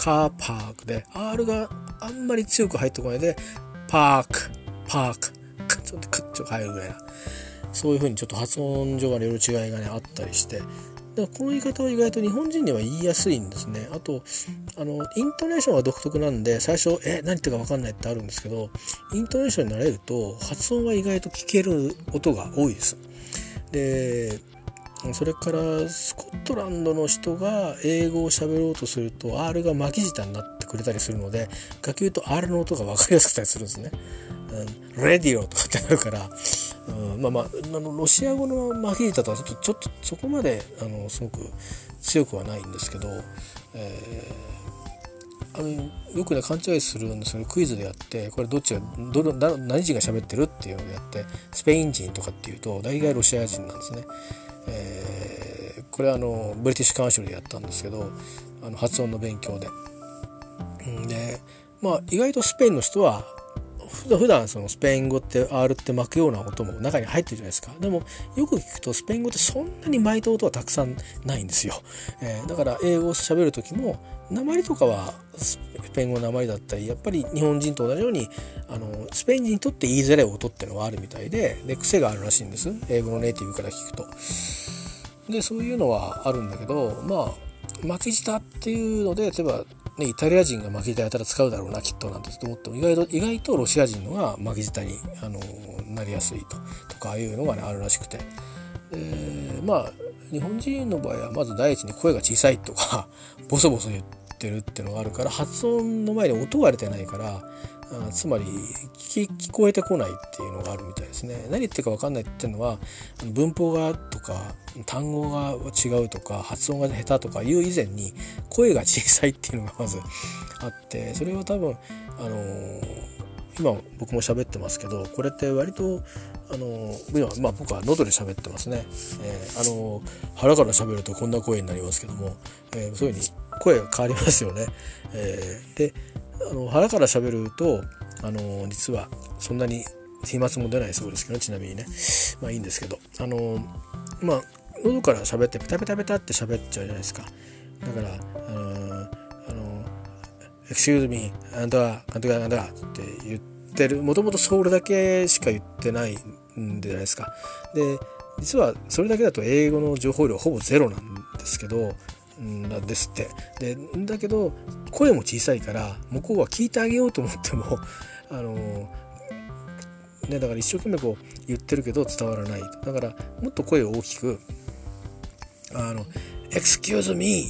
カーパークで R があんまり強く入ってこないでパークパーククッとクッと入るぐらいな、そういう風にちょっと発音上がいろいろ違いがねあったりして、だからこの言い方は意外と日本人には言いやすいんですね。あとあのイントネーションが独特なんで最初え何言ってるか分かんないってあるんですけど、イントネーションに慣れると発音が意外と聞ける音が多いです。でそれからスコットランドの人が英語を喋ろうとすると R が巻き舌になってくれたりするので、逆に言うと R の音が分かりやすかったりするんですね。うん、レディオとかってなるから、うん、まあまああのロシア語の巻き舌とはちょっとちょっとそこまであのすごく強くはないんですけど、えー、あのよくね勘違いするんですけど、クイズでやってこれどっちがどの何人が喋ってるっていうのでやってスペイン人とかっていうと大概ロシア人なんですね。えー、これはあのブリティッシュカウンシルでやったんですけど、あの発音の勉強で、うん、でまあ意外とスペインの人は普段そのスペイン語って R って巻くような音も中に入ってるじゃないですか。でもよく聞くとスペイン語ってそんなに巻いた音はたくさんないんですよ。えー、だから英語を喋る時も訛りとかはスペイン語の訛りだったり、やっぱり日本人と同じようにあのスペイン人にとって言いづらい音っていうのはあるみたいで、で癖があるらしいんです。英語のネイティブから聞くと。でそういうのはあるんだけど、まあ巻き舌っていうので例えばね、イタリア人が巻き舌やったら使うだろうなきっとなんて思っても、意外と意外とロシア人のが巻き舌にあのなりやすいととかいうのが、ね、あるらしくて、えー、まあ日本人の場合はまず第一に声が小さいとかボソボソ言ってるっていうのがあるから、発音の前に音が出てないから、あつまり 聞, 聞こえてこないっていうのがあるみたいですね。何言ってるか分かんないっていうのは文法がとか単語が違うとか発音が下手とかいう以前に声が小さいっていうのがまずあって、それは多分あのー、今僕も喋ってますけど、これって割とあのー、今、まあ、僕は喉で喋ってますね。えー、あのー、腹から喋るとこんな声になりますけども、えー、そういう風に声が変わりますよね。えー、であの腹から喋るとあの実はそんなに飛沫も出ないそうですけど、ちなみにね、まあいいんですけど、あのまあ喉から喋ってペタペタペタって喋っちゃうじゃないですか。だからあのあの excuse me あんたがあんたがあんたがって言ってる、もともとそれだけしか言ってないんじゃないですか。で実はそれだけだと英語の情報量ほぼゼロなんですけどなんですって。でだけど声も小さいから向こうは聞いてあげようと思ってもあのね、だから一生懸命こう言ってるけど伝わらない。だからもっと声を大きくあの excuse me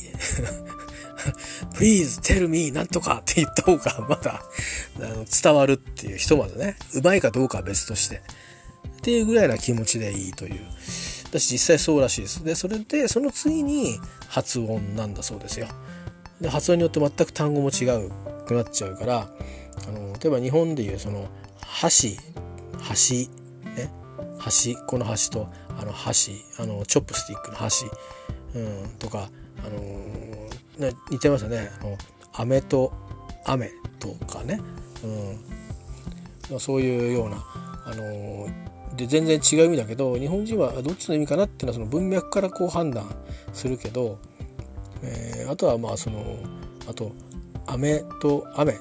please tell me なんとかって言った方がまだあの伝わるっていう、ひとまずね、うまいかどうかは別としてっていうぐらいな気持ちでいいという。私実際そうらしいです。でそれでその次に発音なんだそうですよ。で発音によって全く単語も違うくなっちゃうから、あの例えば日本でいうその箸箸ね、箸この箸とあの箸あのチョップスティックの箸、うん、とかあのー、ね、似てますよね。あの飴と雨とかね、うん、そういうようなあのーで全然違う意味だけど、日本人はどっちの意味かなっていうのはその文脈からこう判断するけど、えー、あとはまあそのあと飴と雨ね、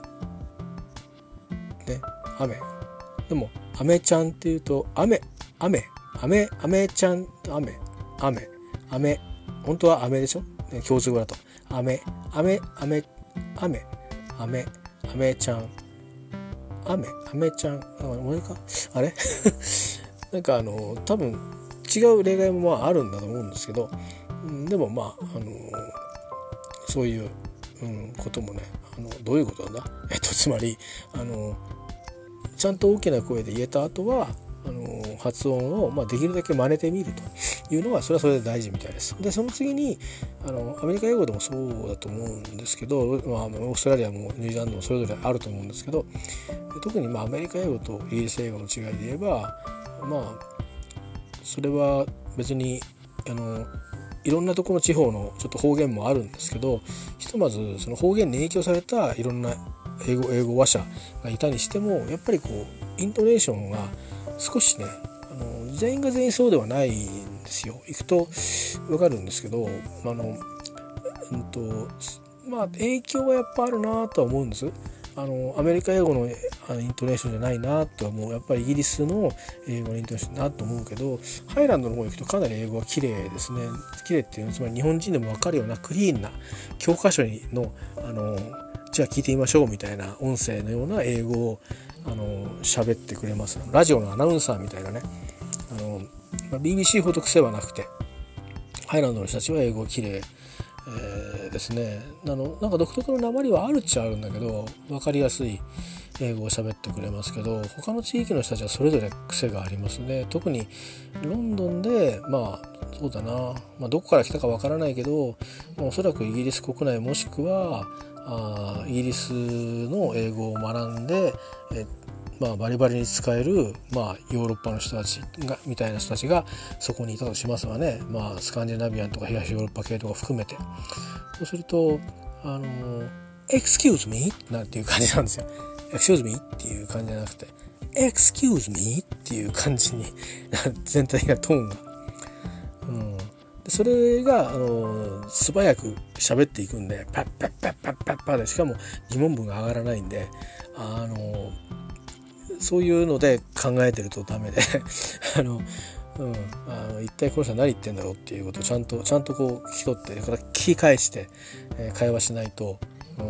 雨でも飴ちゃんっていうと雨雨雨雨ちゃんと雨雨雨本当は飴でしょ、共通語だと飴飴飴雨雨雨ちゃん雨雨ちゃんあ俺かあれなんかあの多分違う例外もまああるんだと思うんですけど、うん、でもまああのそういう、うん、こともね、あのどういうことなんだえっとつまりあのちゃんと大きな声で言えた後はあの発音を、まあ、できるだけ真似てみるというのはそれはそれで大事みたいです。でその次にあのアメリカ英語でもそうだと思うんですけど、まあ、オーストラリアもニュージーランドもそれぞれあると思うんですけど、特にまあアメリカ英語とイギリス英語の違いで言えば、まあそれは別にあのいろんなところの地方のちょっと方言もあるんですけど、ひとまずその方言に影響されたいろんな英語英語話者がいたにしても、やっぱりこうイントネーションが少しね、あの全員が全員そうではないんですよ。行くと分かるんですけど、あの、うんとまあ影響はやっぱあるなとは思うんです。あのアメリカ英語のあのイントネーションじゃないなとは思う。やっぱりイギリスの英語のイントネーションだなと思うけど、ハイランドの方行くとかなり英語は綺麗ですね。綺麗っていうのはつまり日本人でも分かるようなクリーンな教科書のあのじゃあ聞いてみましょうみたいな音声のような英語をあの喋ってくれます。ラジオのアナウンサーみたいなね、あの ビービーシー ほど癖はなくて、ハイランドの人たちは英語綺麗えー、ですね。あのなんか独特の訛りはあるっちゃあるんだけど、分かりやすい英語を喋ってくれますけど、他の地域の人たちはそれぞれ癖がありますね。特にロンドンでまあそうだな、まあ、どこから来たか分からないけど、まあ、おそらくイギリス国内もしくはあイギリスの英語を学んでえまあ、バリバリに使える、まあ、ヨーロッパの人たちがみたいな人たちがそこにいたとしますわね。まあ、スカンディナビアンとか東ヨーロッパ系とか含めて、そうするとあの excuse me なんていう感じなんですよ。 excuse me っていう感じじゃなくて excuse me っていう感じに全体がトーンが、うん、でそれがあの素早く喋っていくんでパッパッパッパッパッパッで、しかも疑問文が上がらないんで、あのそういうので考えてるとダメであの、うん、あの一体この人は何言ってんだろうっていうことをちゃんとちゃんとこう聞き取って、から聞き返して、えー、会話しないと、うん、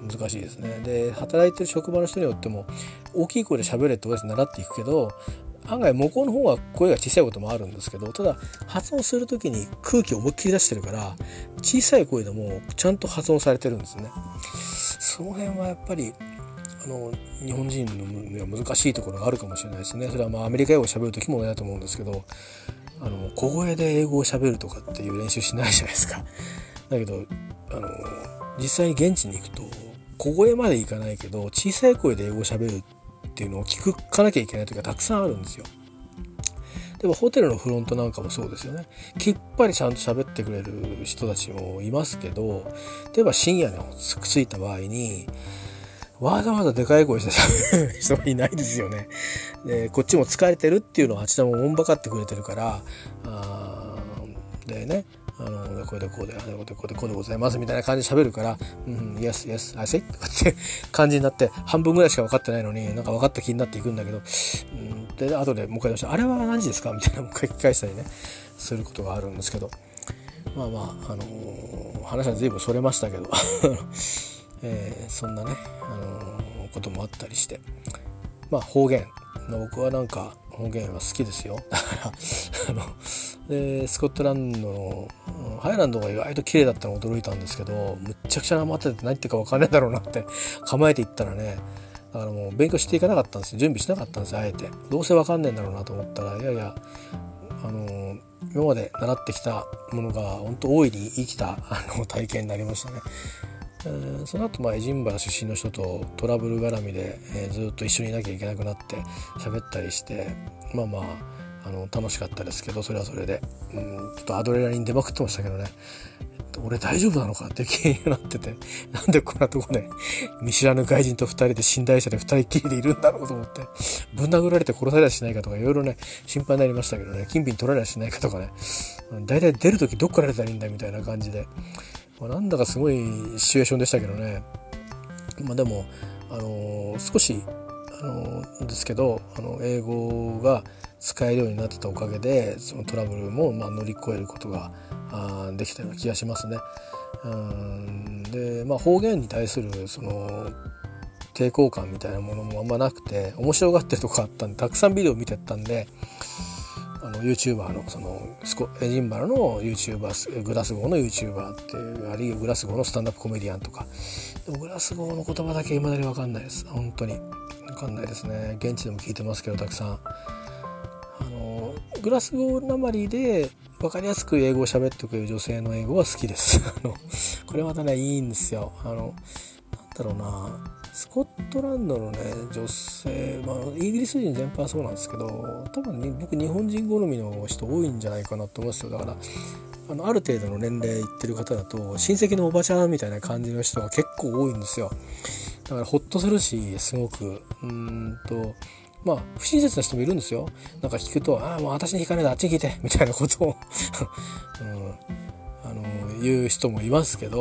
難しいですね。で働いてる職場の人によっても大きい声で喋れってことで習っていくけど、案外向こうの方は声が小さいこともあるんですけど、ただ発音するときに空気を思いっきり出してるから小さい声でもちゃんと発音されてるんですね。その辺はやっぱりあの日本人には難しいところがあるかもしれないですね。それはまあアメリカ英語を喋る時も同じだと思うんですけど、あの小声で英語を喋るとかっていう練習しないじゃないですか。だけどあの実際に現地に行くと小声までいかないけど小さい声で英語を喋るっていうのを聞かなきゃいけない時がたくさんあるんですよ。でもホテルのフロントなんかもそうですよね。きっぱりちゃんと喋ってくれる人たちもいますけど、例えば深夜に着いた場合にわざわざでかい声して喋る人はいないですよね。でこっちも疲れてるっていうのをあちらもおんばかってくれてるから、あでね、あのこれでこうであれでこうでこうでございますみたいな感じで喋るから、うん、yes yes I say とかって感じになって半分ぐらいしか分かってないのになんか分かった気になっていくんだけど、うん、で後でもう一回出してあれは何時ですかみたいなもう一回聞き返したりねすることがあるんですけど、まあまああのー、話は随分それましたけどえー、そんなね、あのー、こともあったりして、まあ方言の僕はなんか方言は好きですよ。だからあのでスコットランドのハイランドが意外と綺麗だったの驚いたんですけど、むっちゃくちゃなまってて何言ってるか分かんないだろうなって構えていったらね、だからもう勉強していかなかったんですよ。準備しなかったんですよ。あえてどうせ分かんないんだろうなと思ったら、いやいやあのー、今まで習ってきたものが本当大いに生きたあの体験になりましたね。その後まあエジンバラ出身の人とトラブル絡みで、えー、ずっと一緒にいなきゃいけなくなって喋ったりして、まあまあ、あの楽しかったですけど、それはそれで、うん、ちょっとアドレナリン出まくってましたけどね、俺大丈夫なのかって気になってて、なんでこんなとこで見知らぬ外人と二人で寝台車で二人っきりでいるんだろうと思って、ぶん殴られて殺されはしないかとかいろいろね心配になりましたけどね、金品取られはしないかとかね、だいたい出るときどっから出たらいいんだみたいな感じで、まあ、なんだかすごいシチュエーションでしたけどね。まあでも、あのー、少し、あのー、ですけど、あの英語が使えるようになってたおかげでそのトラブルもまあ乗り越えることがあできたような気がしますね。うんで、まあ、方言に対するその抵抗感みたいなものもあんまなくて面白がってるとこあったんで、たくさんビデオ見てたんで、あの YouTuber のそのスコエジンバラの YouTuber、 グラスゴーの YouTuber っていうあるいはグラスゴーのスタンダップコメディアンとか、でもグラスゴーの言葉だけ未だに分かんないです。本当に分かんないですね。現地でも聞いてますけどたくさん、あのグラスゴーなまりで分かりやすく英語を喋ってくれる女性の英語は好きですあのこれまたねいいんですよ。あのなんだろうな、スコットランドのね女性、まあ、イギリス人全般そうなんですけど、多分に僕日本人好みの人多いんじゃないかなと思うんですよ。だからあのある程度の年齢いってる方だと親戚のおばちゃんみたいな感じの人が結構多いんですよ。だからホッとするし、すごくうーんとまあ不親切な人もいるんですよ。なんか聞くと、ああもう私に聞かないであっちに聞いてみたいなことを、うん、あの言う人もいますけど、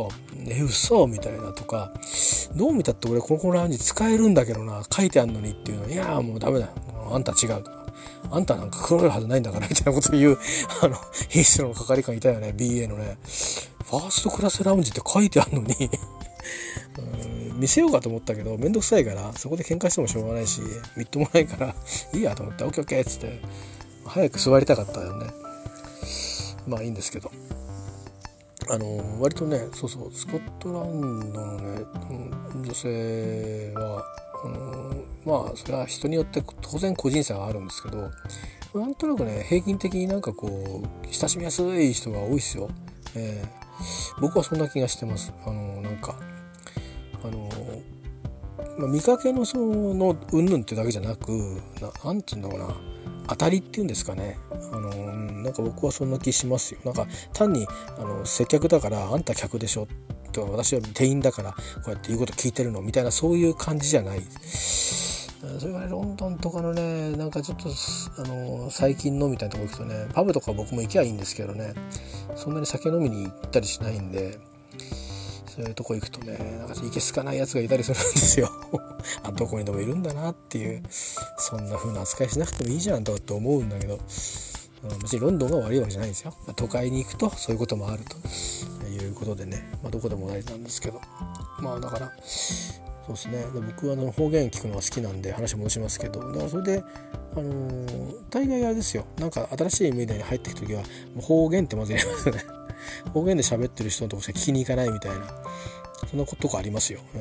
え嘘みたいなとか、どう見たって俺ここのラウンジ使えるんだけどな、書いてあんのにっていうの、いやもうダメだ、あんた違うとか、あんたなんか黒いはずないんだからみたいなことを言うあのヒースローの係官いたよね。 ビーエー のね、ファーストクラスラウンジって書いてあんのにうん見せようかと思ったけどめんどくさいから、そこで喧嘩してもしょうがないしみっともないからいいやと思って、オッケーオッケーっつって早く座りたかったよね。まあいいんですけど、あの割とね、そうそう、スコットランドのね、うん、女性はあのまあそれは人によって当然個人差があるんですけど、なんとなくね平均的になんかこう親しみやすい人が多いですよ。えー、僕はそんな気がしてます。あのなんかあの、まあ、見かけのそのうんぬんってだけじゃなく、ななんていうんだろうな、当たりっていうんですかね、あのなんか僕はそんな気しますよ。なんか単にあの接客だからあんた客でしょとか、私は店員だからこうやって言うこと聞いてるのみたいな、そういう感じじゃない。それからロンドンとかのね、なんかちょっとあの最近のみたいなとこ行くとね、パブとか僕も行きゃいいんですけどね、そんなに酒飲みに行ったりしないんで、そういうとこ行くとね、なんかいけすかないやつがいたりするんですよあ、どこにでもいるんだなっていう、そんな風な扱いしなくてもいいじゃんとかって思うんだけど、別にロンドンが悪いわけじゃないんですよ。まあ、都会に行くとそういうこともあるということでね、まあ、どこでも同じなんですけど、まあだからそうですね、で僕はあの方言聞くのが好きなんで話戻しますけど、だからそれで、あのー、大概あれですよ、なんか新しいメディアに入っていくときはもう方言ってまず言いますよね方言で喋ってる人のとこしか聞きに行かないみたいな、そんなことがありますよ。うん、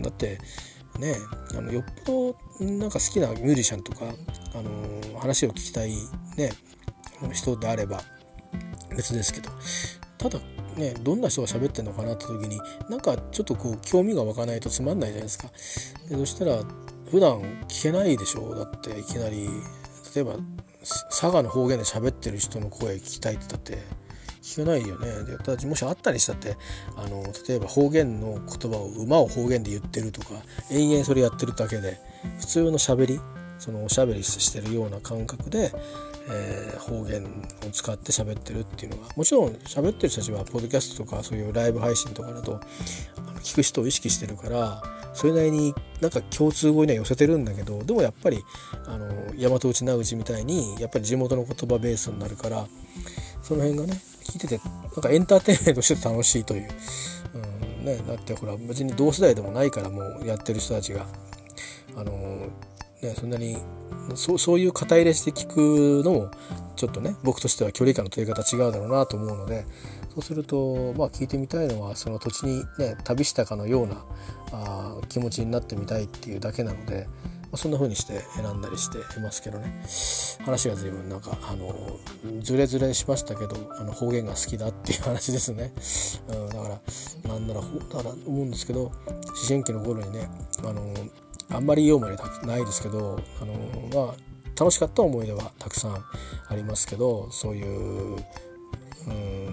だってね、あのよっぽどなんか好きなミュージシャンとか、あのー、話を聞きたい、ね、人であれば別ですけど、ただね、どんな人が喋ってんのかなって時になんかちょっとこう興味が湧かないとつまんないじゃないですか。でそしたら普段聞けないでしょ。だっていきなり例えば佐賀の方言で喋ってる人の声聞きたいって言ったって聞けないよね。でただもしあったりしたって、あの例えば方言の言葉を馬を方言で言ってるとか延々それやってるだけで、普通の喋り、そのおしゃべりしてるような感覚で、えー、方言を使って喋ってるっていうのが、もちろん喋ってる人たちはポッドキャストとかそういうライブ配信とかだとあの聞く人を意識してるから、それなりになんか共通語には寄せてるんだけど、でもやっぱりあの大和内名内みたいにやっぱり地元の言葉ベースになるから、その辺がね聞いててなんかエンターテインメントとして楽しいという、うんね、だってほら別に同世代でもないから、もうやってる人たちがあのね、そんなにそ う, そういう肩入れして聞くのもちょっとね、僕としては距離感の取り方違うだろうなと思うので、そうするとまあ聞いてみたいのはその土地にね旅したかのようなあ気持ちになってみたいっていうだけなので、まあ、そんな風にして選んだりしていますけどね。話が随分なんかあのズレズレしましたけど、あの方言が好きだっていう話ですね、うん、だからなんならだから思うんですけど、思春期の頃にね、あのあんまり言おうもないですけど、あのまあ楽しかった思い出はたくさんありますけど、そういう、うん、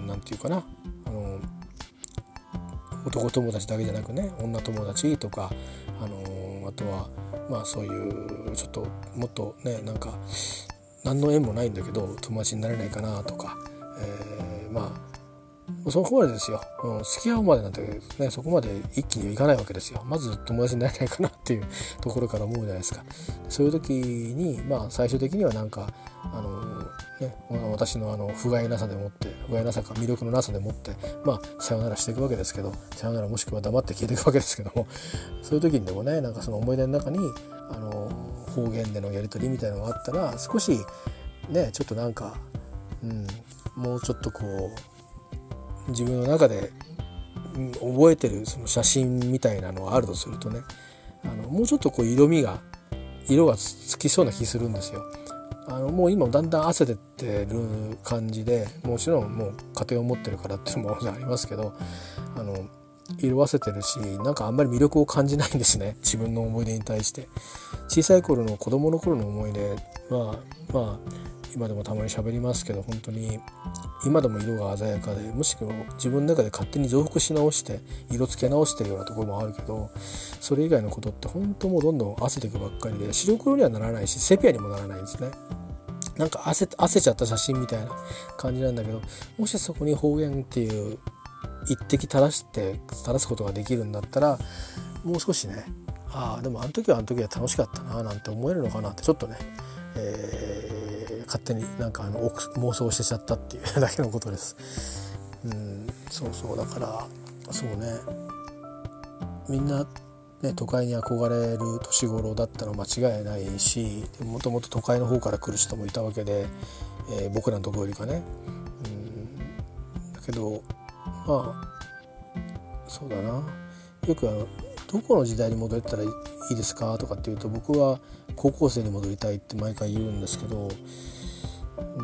なんていうかな、あの男友達だけじゃなくね、女友達とか、あのあとはまあそういうちょっともっとね、なんか何の縁もないんだけど友達になれないかなとか、えー、まあそこまでですよ、うん、付き合うまでなんてね、そこまで一気にはいかないわけですよ。まず友達になれないかなっていうところから思うじゃないですか。そういう時にまあ最終的にはなんかあのね、私のあの不甲斐なさでもって不甲斐なさか魅力のなさでもってまあさよならしていくわけですけど、さよならもしくは黙って消えていくわけですけども、そういう時にでもね、なんかその思い出の中にあの方言でのやり取りみたいなのがあったら、少しねちょっとなんか、うん、もうちょっとこう自分の中で覚えてるその写真みたいなのがあるとするとね、あのもうちょっとこう色味が色がつきそうな気するんですよ。あのもう今だんだん汗出てる感じで、もちろんもう家庭を持ってるからっていうのもありますけど、あの色あせてるし、なんかあんまり魅力を感じないんですね、自分の思い出に対して。小さい頃の子供の頃の思い出はまあ今でもたまに喋りますけど、本当に今でも色が鮮やかで、もしくは自分の中で勝手に増幅し直して色付け直してるようなところもあるけど、それ以外のことって本当もうどんどん汗ていくばっかりで、白黒にはならないしセピアにもならないんですね。なんか汗汗ちゃった写真みたいな感じなんだけど、もしそこに方言っていう一滴垂らして垂らすことができるんだったらもう少しね、ああでもあの時はあの時は楽しかったななんて思えるのかなってちょっとね、えー、勝手になんかあの妄想してちゃったっていうだけのことです。うん、そうそうだからそうね、みんなね、都会に憧れる年頃だったの間違いないし、もともと都会の方から来る人もいたわけで、えー、僕らのところよりかね、うん、だけどまあそうだな、よくあのどこの時代に戻ったらいいですかとかっていうと、僕は高校生に戻りたいって毎回言うんですけど、うん、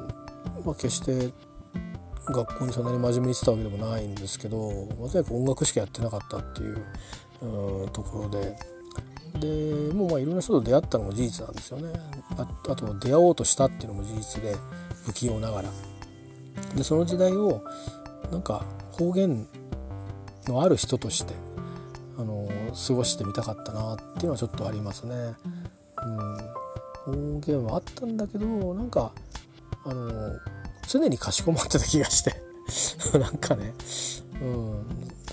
まあ、決して学校にそんなに真面目にしてたわけでもないんですけど、まあ、とにかく音楽しかやってなかったっていう、うん、ところで、でもうまあいろんな人と出会ったのも事実なんですよね。 あ, あと出会おうとしたっていうのも事実で、不器用ながらで、その時代をなんか方言のある人としてあの過ごしてみたかったなっていうのはちょっとありますね。うん、方言はあったんだけど、なんかあの常にかしこまってた気がしてなんかね、うん、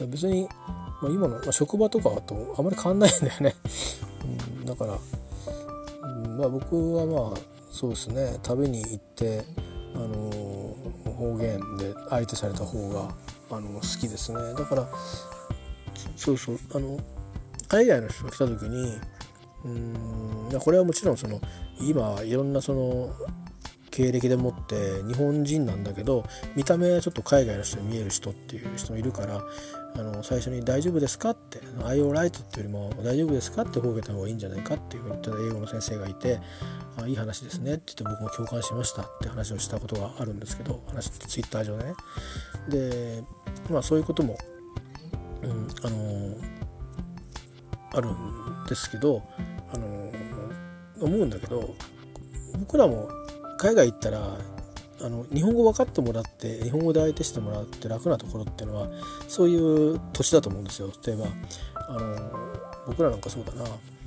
別に、まあ、今の、まあ、職場とかとあまり変わんないんだよね、うん、だから、うんまあ、僕はまあそうですね、食べに行って、あの方言で相手された方があの好きですね。だからそうそう、あの海外の人が来た時に、うーんこれはもちろんその今いろんなその経歴でもって日本人なんだけど見た目はちょっと海外の人に見える人っていう人もいるから、あの最初に大丈夫ですかって「Are you alright?」っていうよりも大丈夫ですかって方言た方がいいんじゃないかっていうふうに言った英語の先生がいて、あいい話ですねって言って僕も共感しましたって話をしたことがあるんですけど、話ツイッター上でね。でまあそういうことも、うん、あのあるんですけど、あの思うんだけど、僕らも海外行ったらあの日本語分かってもらって日本語で相手してもらって楽なところっていうのはそういう土地だと思うんですよ。例えばあの僕らなんかそうだな、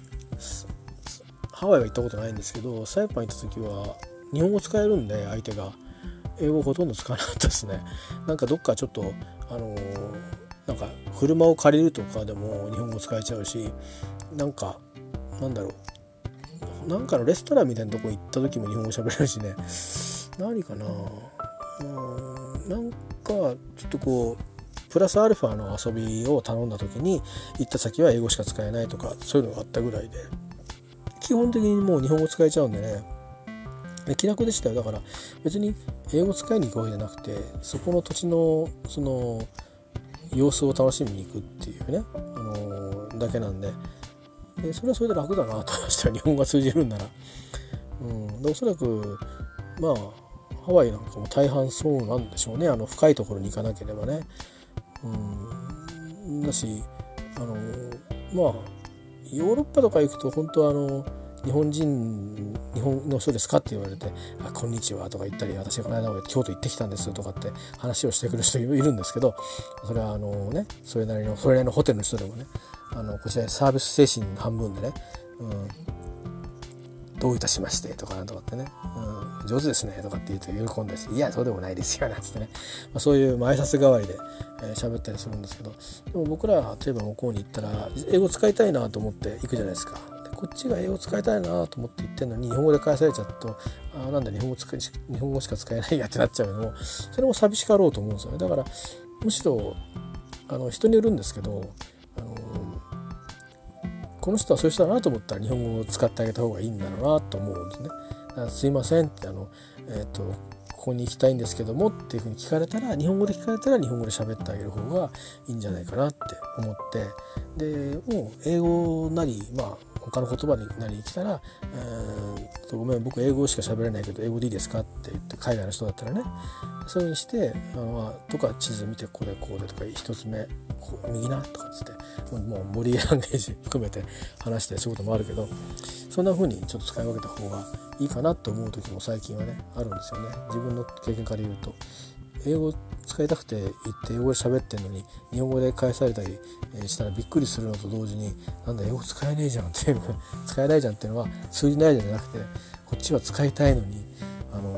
ハワイは行ったことないんですけど、サイパン行った時は日本語使えるんで相手が英語ほとんど使わなかったですね。なんかどっかちょっとあのなんか車を借りるとかでも日本語使えちゃうし、なんかなんだろう、なんかのレストランみたいなとこ行った時も日本語喋れるしね、何かな、うーんなんかちょっとこうプラスアルファの遊びを頼んだ時に行った先は英語しか使えないとかそういうのがあったぐらいで、基本的にもう日本語使えちゃうんでね、気楽でしたよ。だから別に英語使いに行くわけじゃなくて、そこの土地のその様子を楽しみに行くっていうね、あのー、だけなんで、でそれはそれで楽だなと思いました。日本語が通じるんなら、うん、でおそらくまあハワイなんかも大半そうなんでしょうね。あの深いところに行かなければね、うん、だしあのまあヨーロッパとか行くと本当はあの日本人日本の人ですかって言われて「あこんにちは」とか言ったり、私この間京都行ってきたんですとかって話をしてくる人いるんですけど、それはあのねそれなりのそれなりのホテルの人でもね、あのこちらサービス精神半分でね、うん、どういたしましてとかなんとかってね、うん、上手ですねとかって言うと喜んだし、いやそうでもないですよなんつってね、まあ、そういう、まあ、挨拶代わりでえー、喋ったりするんですけど、でも僕ら例えば向こうに行ったら英語使いたいなと思って行くじゃないですか。でこっちが英語使いたいなと思って言ってるのに日本語で返されちゃうと、あなんだ日本語使い日本語しか使えないやってなっちゃうのも、それも寂しかろうと思うんですよね。だからむしろあの人によるんですけど、あのこの人はそういう人だなと思ったら日本語を使ってあげた方がいいんだろうなと思うんですね。だからすいませんってあの、えーとここに行きたいんですけどもっていうふうに聞かれたら、日本語で聞かれたら日本語で喋ってあげる方がいいんじゃないかなって思って、でもう英語なりまあ他の言葉になり来たら、えー、ごめん僕英語しか喋れないけど英語でいいですかって言って、海外の人だったらねそういうふうにして、あのとか地図見てここでこうでとか一つ目こう右なとかっつってもうボディーランゲージ含めて話してそういうこともあるけど、そんな風にちょっと使い分けた方がいいかなと思う時も最近はねあるんですよね。自分の経験から言うと、英語使いたくて言って英語で喋ってんのに日本語で返されたりしたらびっくりするのと同時に、なんだ英語使えねえじゃんっていう使えないじゃんっていうのは通じないじゃなくて、こっちは使いたいのにあの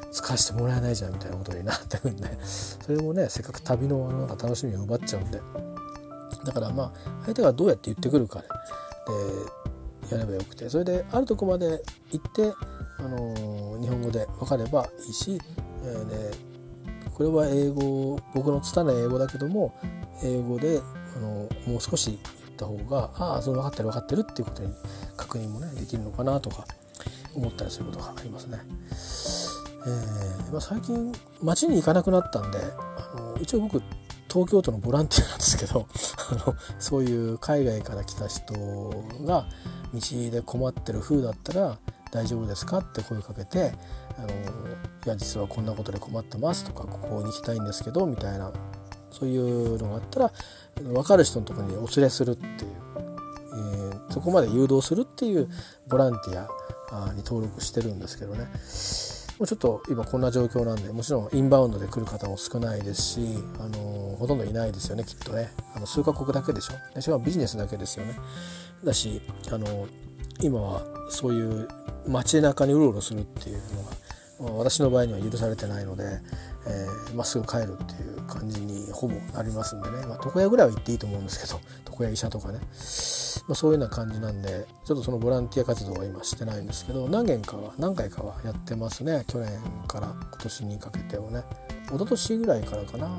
使わせてもらえないじゃんみたいなことになってくんで、それもねせっかく旅のなんか楽しみを奪っちゃうんで、だからまあ相手がどうやって言ってくるかで、でやればよくて、それであるとこまで行って、あのー、日本語で分かればいいし、えー、でこれは英語、僕の拙い英語だけども英語で、あのー、もう少し言った方が、ああその分かってる分かってるっていうことに確認もねできるのかなとか思ったりすることがありますね。えーまあ、最近街に行かなくなったんで、あのー、一応僕東京都のボランティアなんですけどあのそういう海外から来た人が道で困ってる風だったら大丈夫ですかって声をかけて、あのいや実はこんなことで困ってますとか、ここに行きたいんですけどみたいな、そういうのがあったら分かる人のところにお連れするっていう、えー、そこまで誘導するっていうボランティアに登録してるんですけどね。もうちょっと今こんな状況なんで、もちろんインバウンドで来る方も少ないですし、あのほとんどいないですよねきっとね。あの数カ国だけでしょ。しかもビジネスだけですよね。だし、あの今はそういう街中にうろうろするっていうのが、まあ、私の場合には許されてないので、えーまあ、すぐ帰るっていう感じにほぼなりますんでね、まあ、床屋ぐらいは行っていいと思うんですけど、床屋医者とかね、まあ、そういうような感じなんで、ちょっとそのボランティア活動は今してないんですけど、何件かは何回かはやってますね。去年から今年にかけてをね、一昨年ぐらいからかな、うん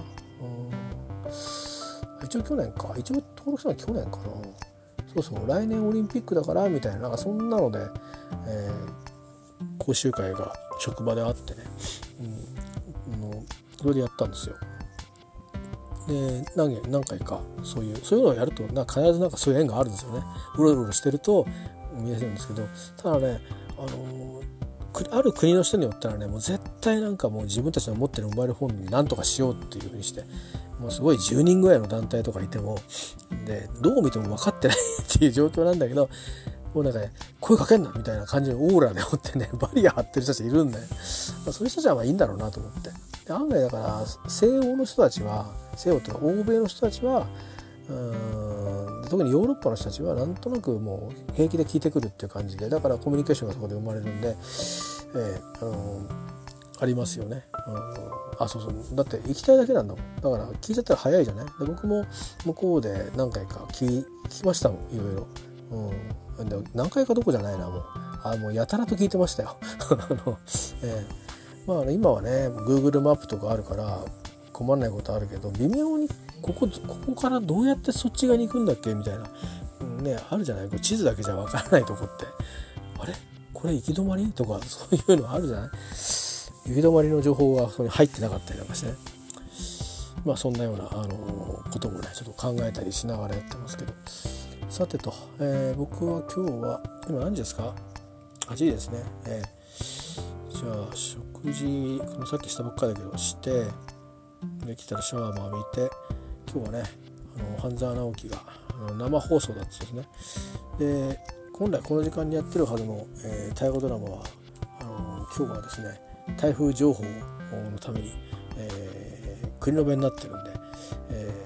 一応去年か一応登録したのは去年かな、そうそう来年オリンピックだからみたいな、なんかそんなので、えー、講習会が職場であってね、うん、のそれでやったんですよ。で 何, 何回かそういうそういうのをやるとな必ずなんかそういう縁があるんですよね。うろうろしてると見えてるんですけど、ただね、あのー、ある国の人によったらね、もう絶対なんかもう自分たちの持ってるモバイルフォンに何とかしようっていう風にして、もうすごいじゅうにんぐらいの団体とかいてもでどう見ても分かってないっていう状況なんだけど、もうなんかね声かけんなみたいな感じのオーラでもってねバリア張ってる人たちいるんで、まあ、そういう人たちはまあいいんだろうなと思って、で案外だから西欧の人たちは西欧というか欧米の人たちはうーん特にヨーロッパの人たちはなんとなくもう平気で聞いてくるっていう感じで、だからコミュニケーションがそこで生まれるんで、えーあのー、ありますよね。あそうそうだって行きたいだけなんだもん。だから聞いちゃったら早いじゃない。で僕も向こうで何回か聞きましたもん、いろいろ。うん、で何回かどこじゃないな、もうあもうやたらと聞いてましたよあの、えー、まあ今はね Google マップとかあるから困らないことあるけど、微妙にここここからどうやってそっち側に行くんだっけみたいな、うん、ねあるじゃない。これ地図だけじゃわからないとこって、あれこれ行き止まりとかそういうのあるじゃない。行き止まりの情報がそこに入ってなかったりなんかしてね、まあそんなような、あのー、こともねちょっと考えたりしながらやってますけど、さてと、えー、僕は今日は今何時ですか。はちじですね、えー、じゃあ食事さっきしたばっかりだけどしてできたらシャワーも浴びて、今日はねあの半沢直樹があの生放送だったんですね。で本来この時間にやってるはずの、えー、大河ドラマはあの今日はですね台風情報のために、えー、繰り延べになってるんで、え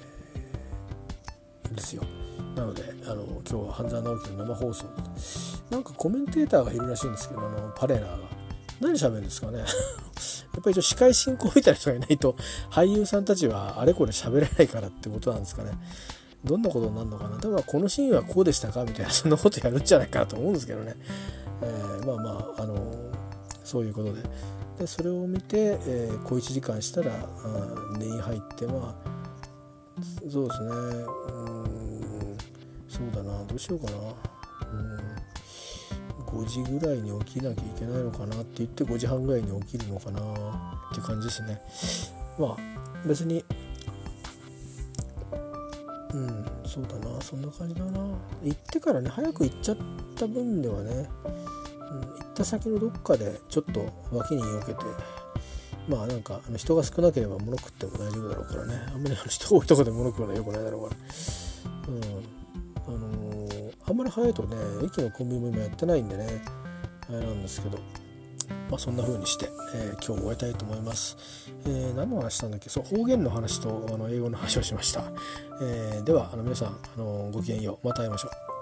ー、ですよ。なのであの今日は半沢直樹の生放送、なんかコメンテーターがいるらしいんですけど、あのパレーナーが何喋るんですかねやっぱり一応司会進行みたいな人がいないと俳優さんたちはあれこれ喋れないからってことなんですかね。どんなことになるのかな。例えばこのシーンはこうでしたかみたいな、そんなことやるんじゃないかなと思うんですけどね、えー、まあまああのそういうことで、でそれを見て、えー、小いちじかんしたら寝に入って、まあそうですね、うーんそうだな、どうしようかな、うんごじぐらいに起きなきゃいけないのかなって言ってごじはんぐらいに起きるのかなっていう感じですね。まあ別にうんそうだな、そんな感じだな。行ってからね早く行っちゃった分ではね、うん、行った先のどっかでちょっと脇に避けて、まあなんかあの人が少なければ物食っても大丈夫だろうからね、あんまりあの人が多いとこで物食うのは良くないだろうから、うんあのー、あんまり早いとね駅のコンビニも今やってないんでねあれなんですけど、まあそんな風にして、えー、今日終えたいと思います。えー、何の話したんだっけ。そう方言の話とあの英語の話をしました。えー、ではあの皆さんあのごきげんよう、また会いましょう。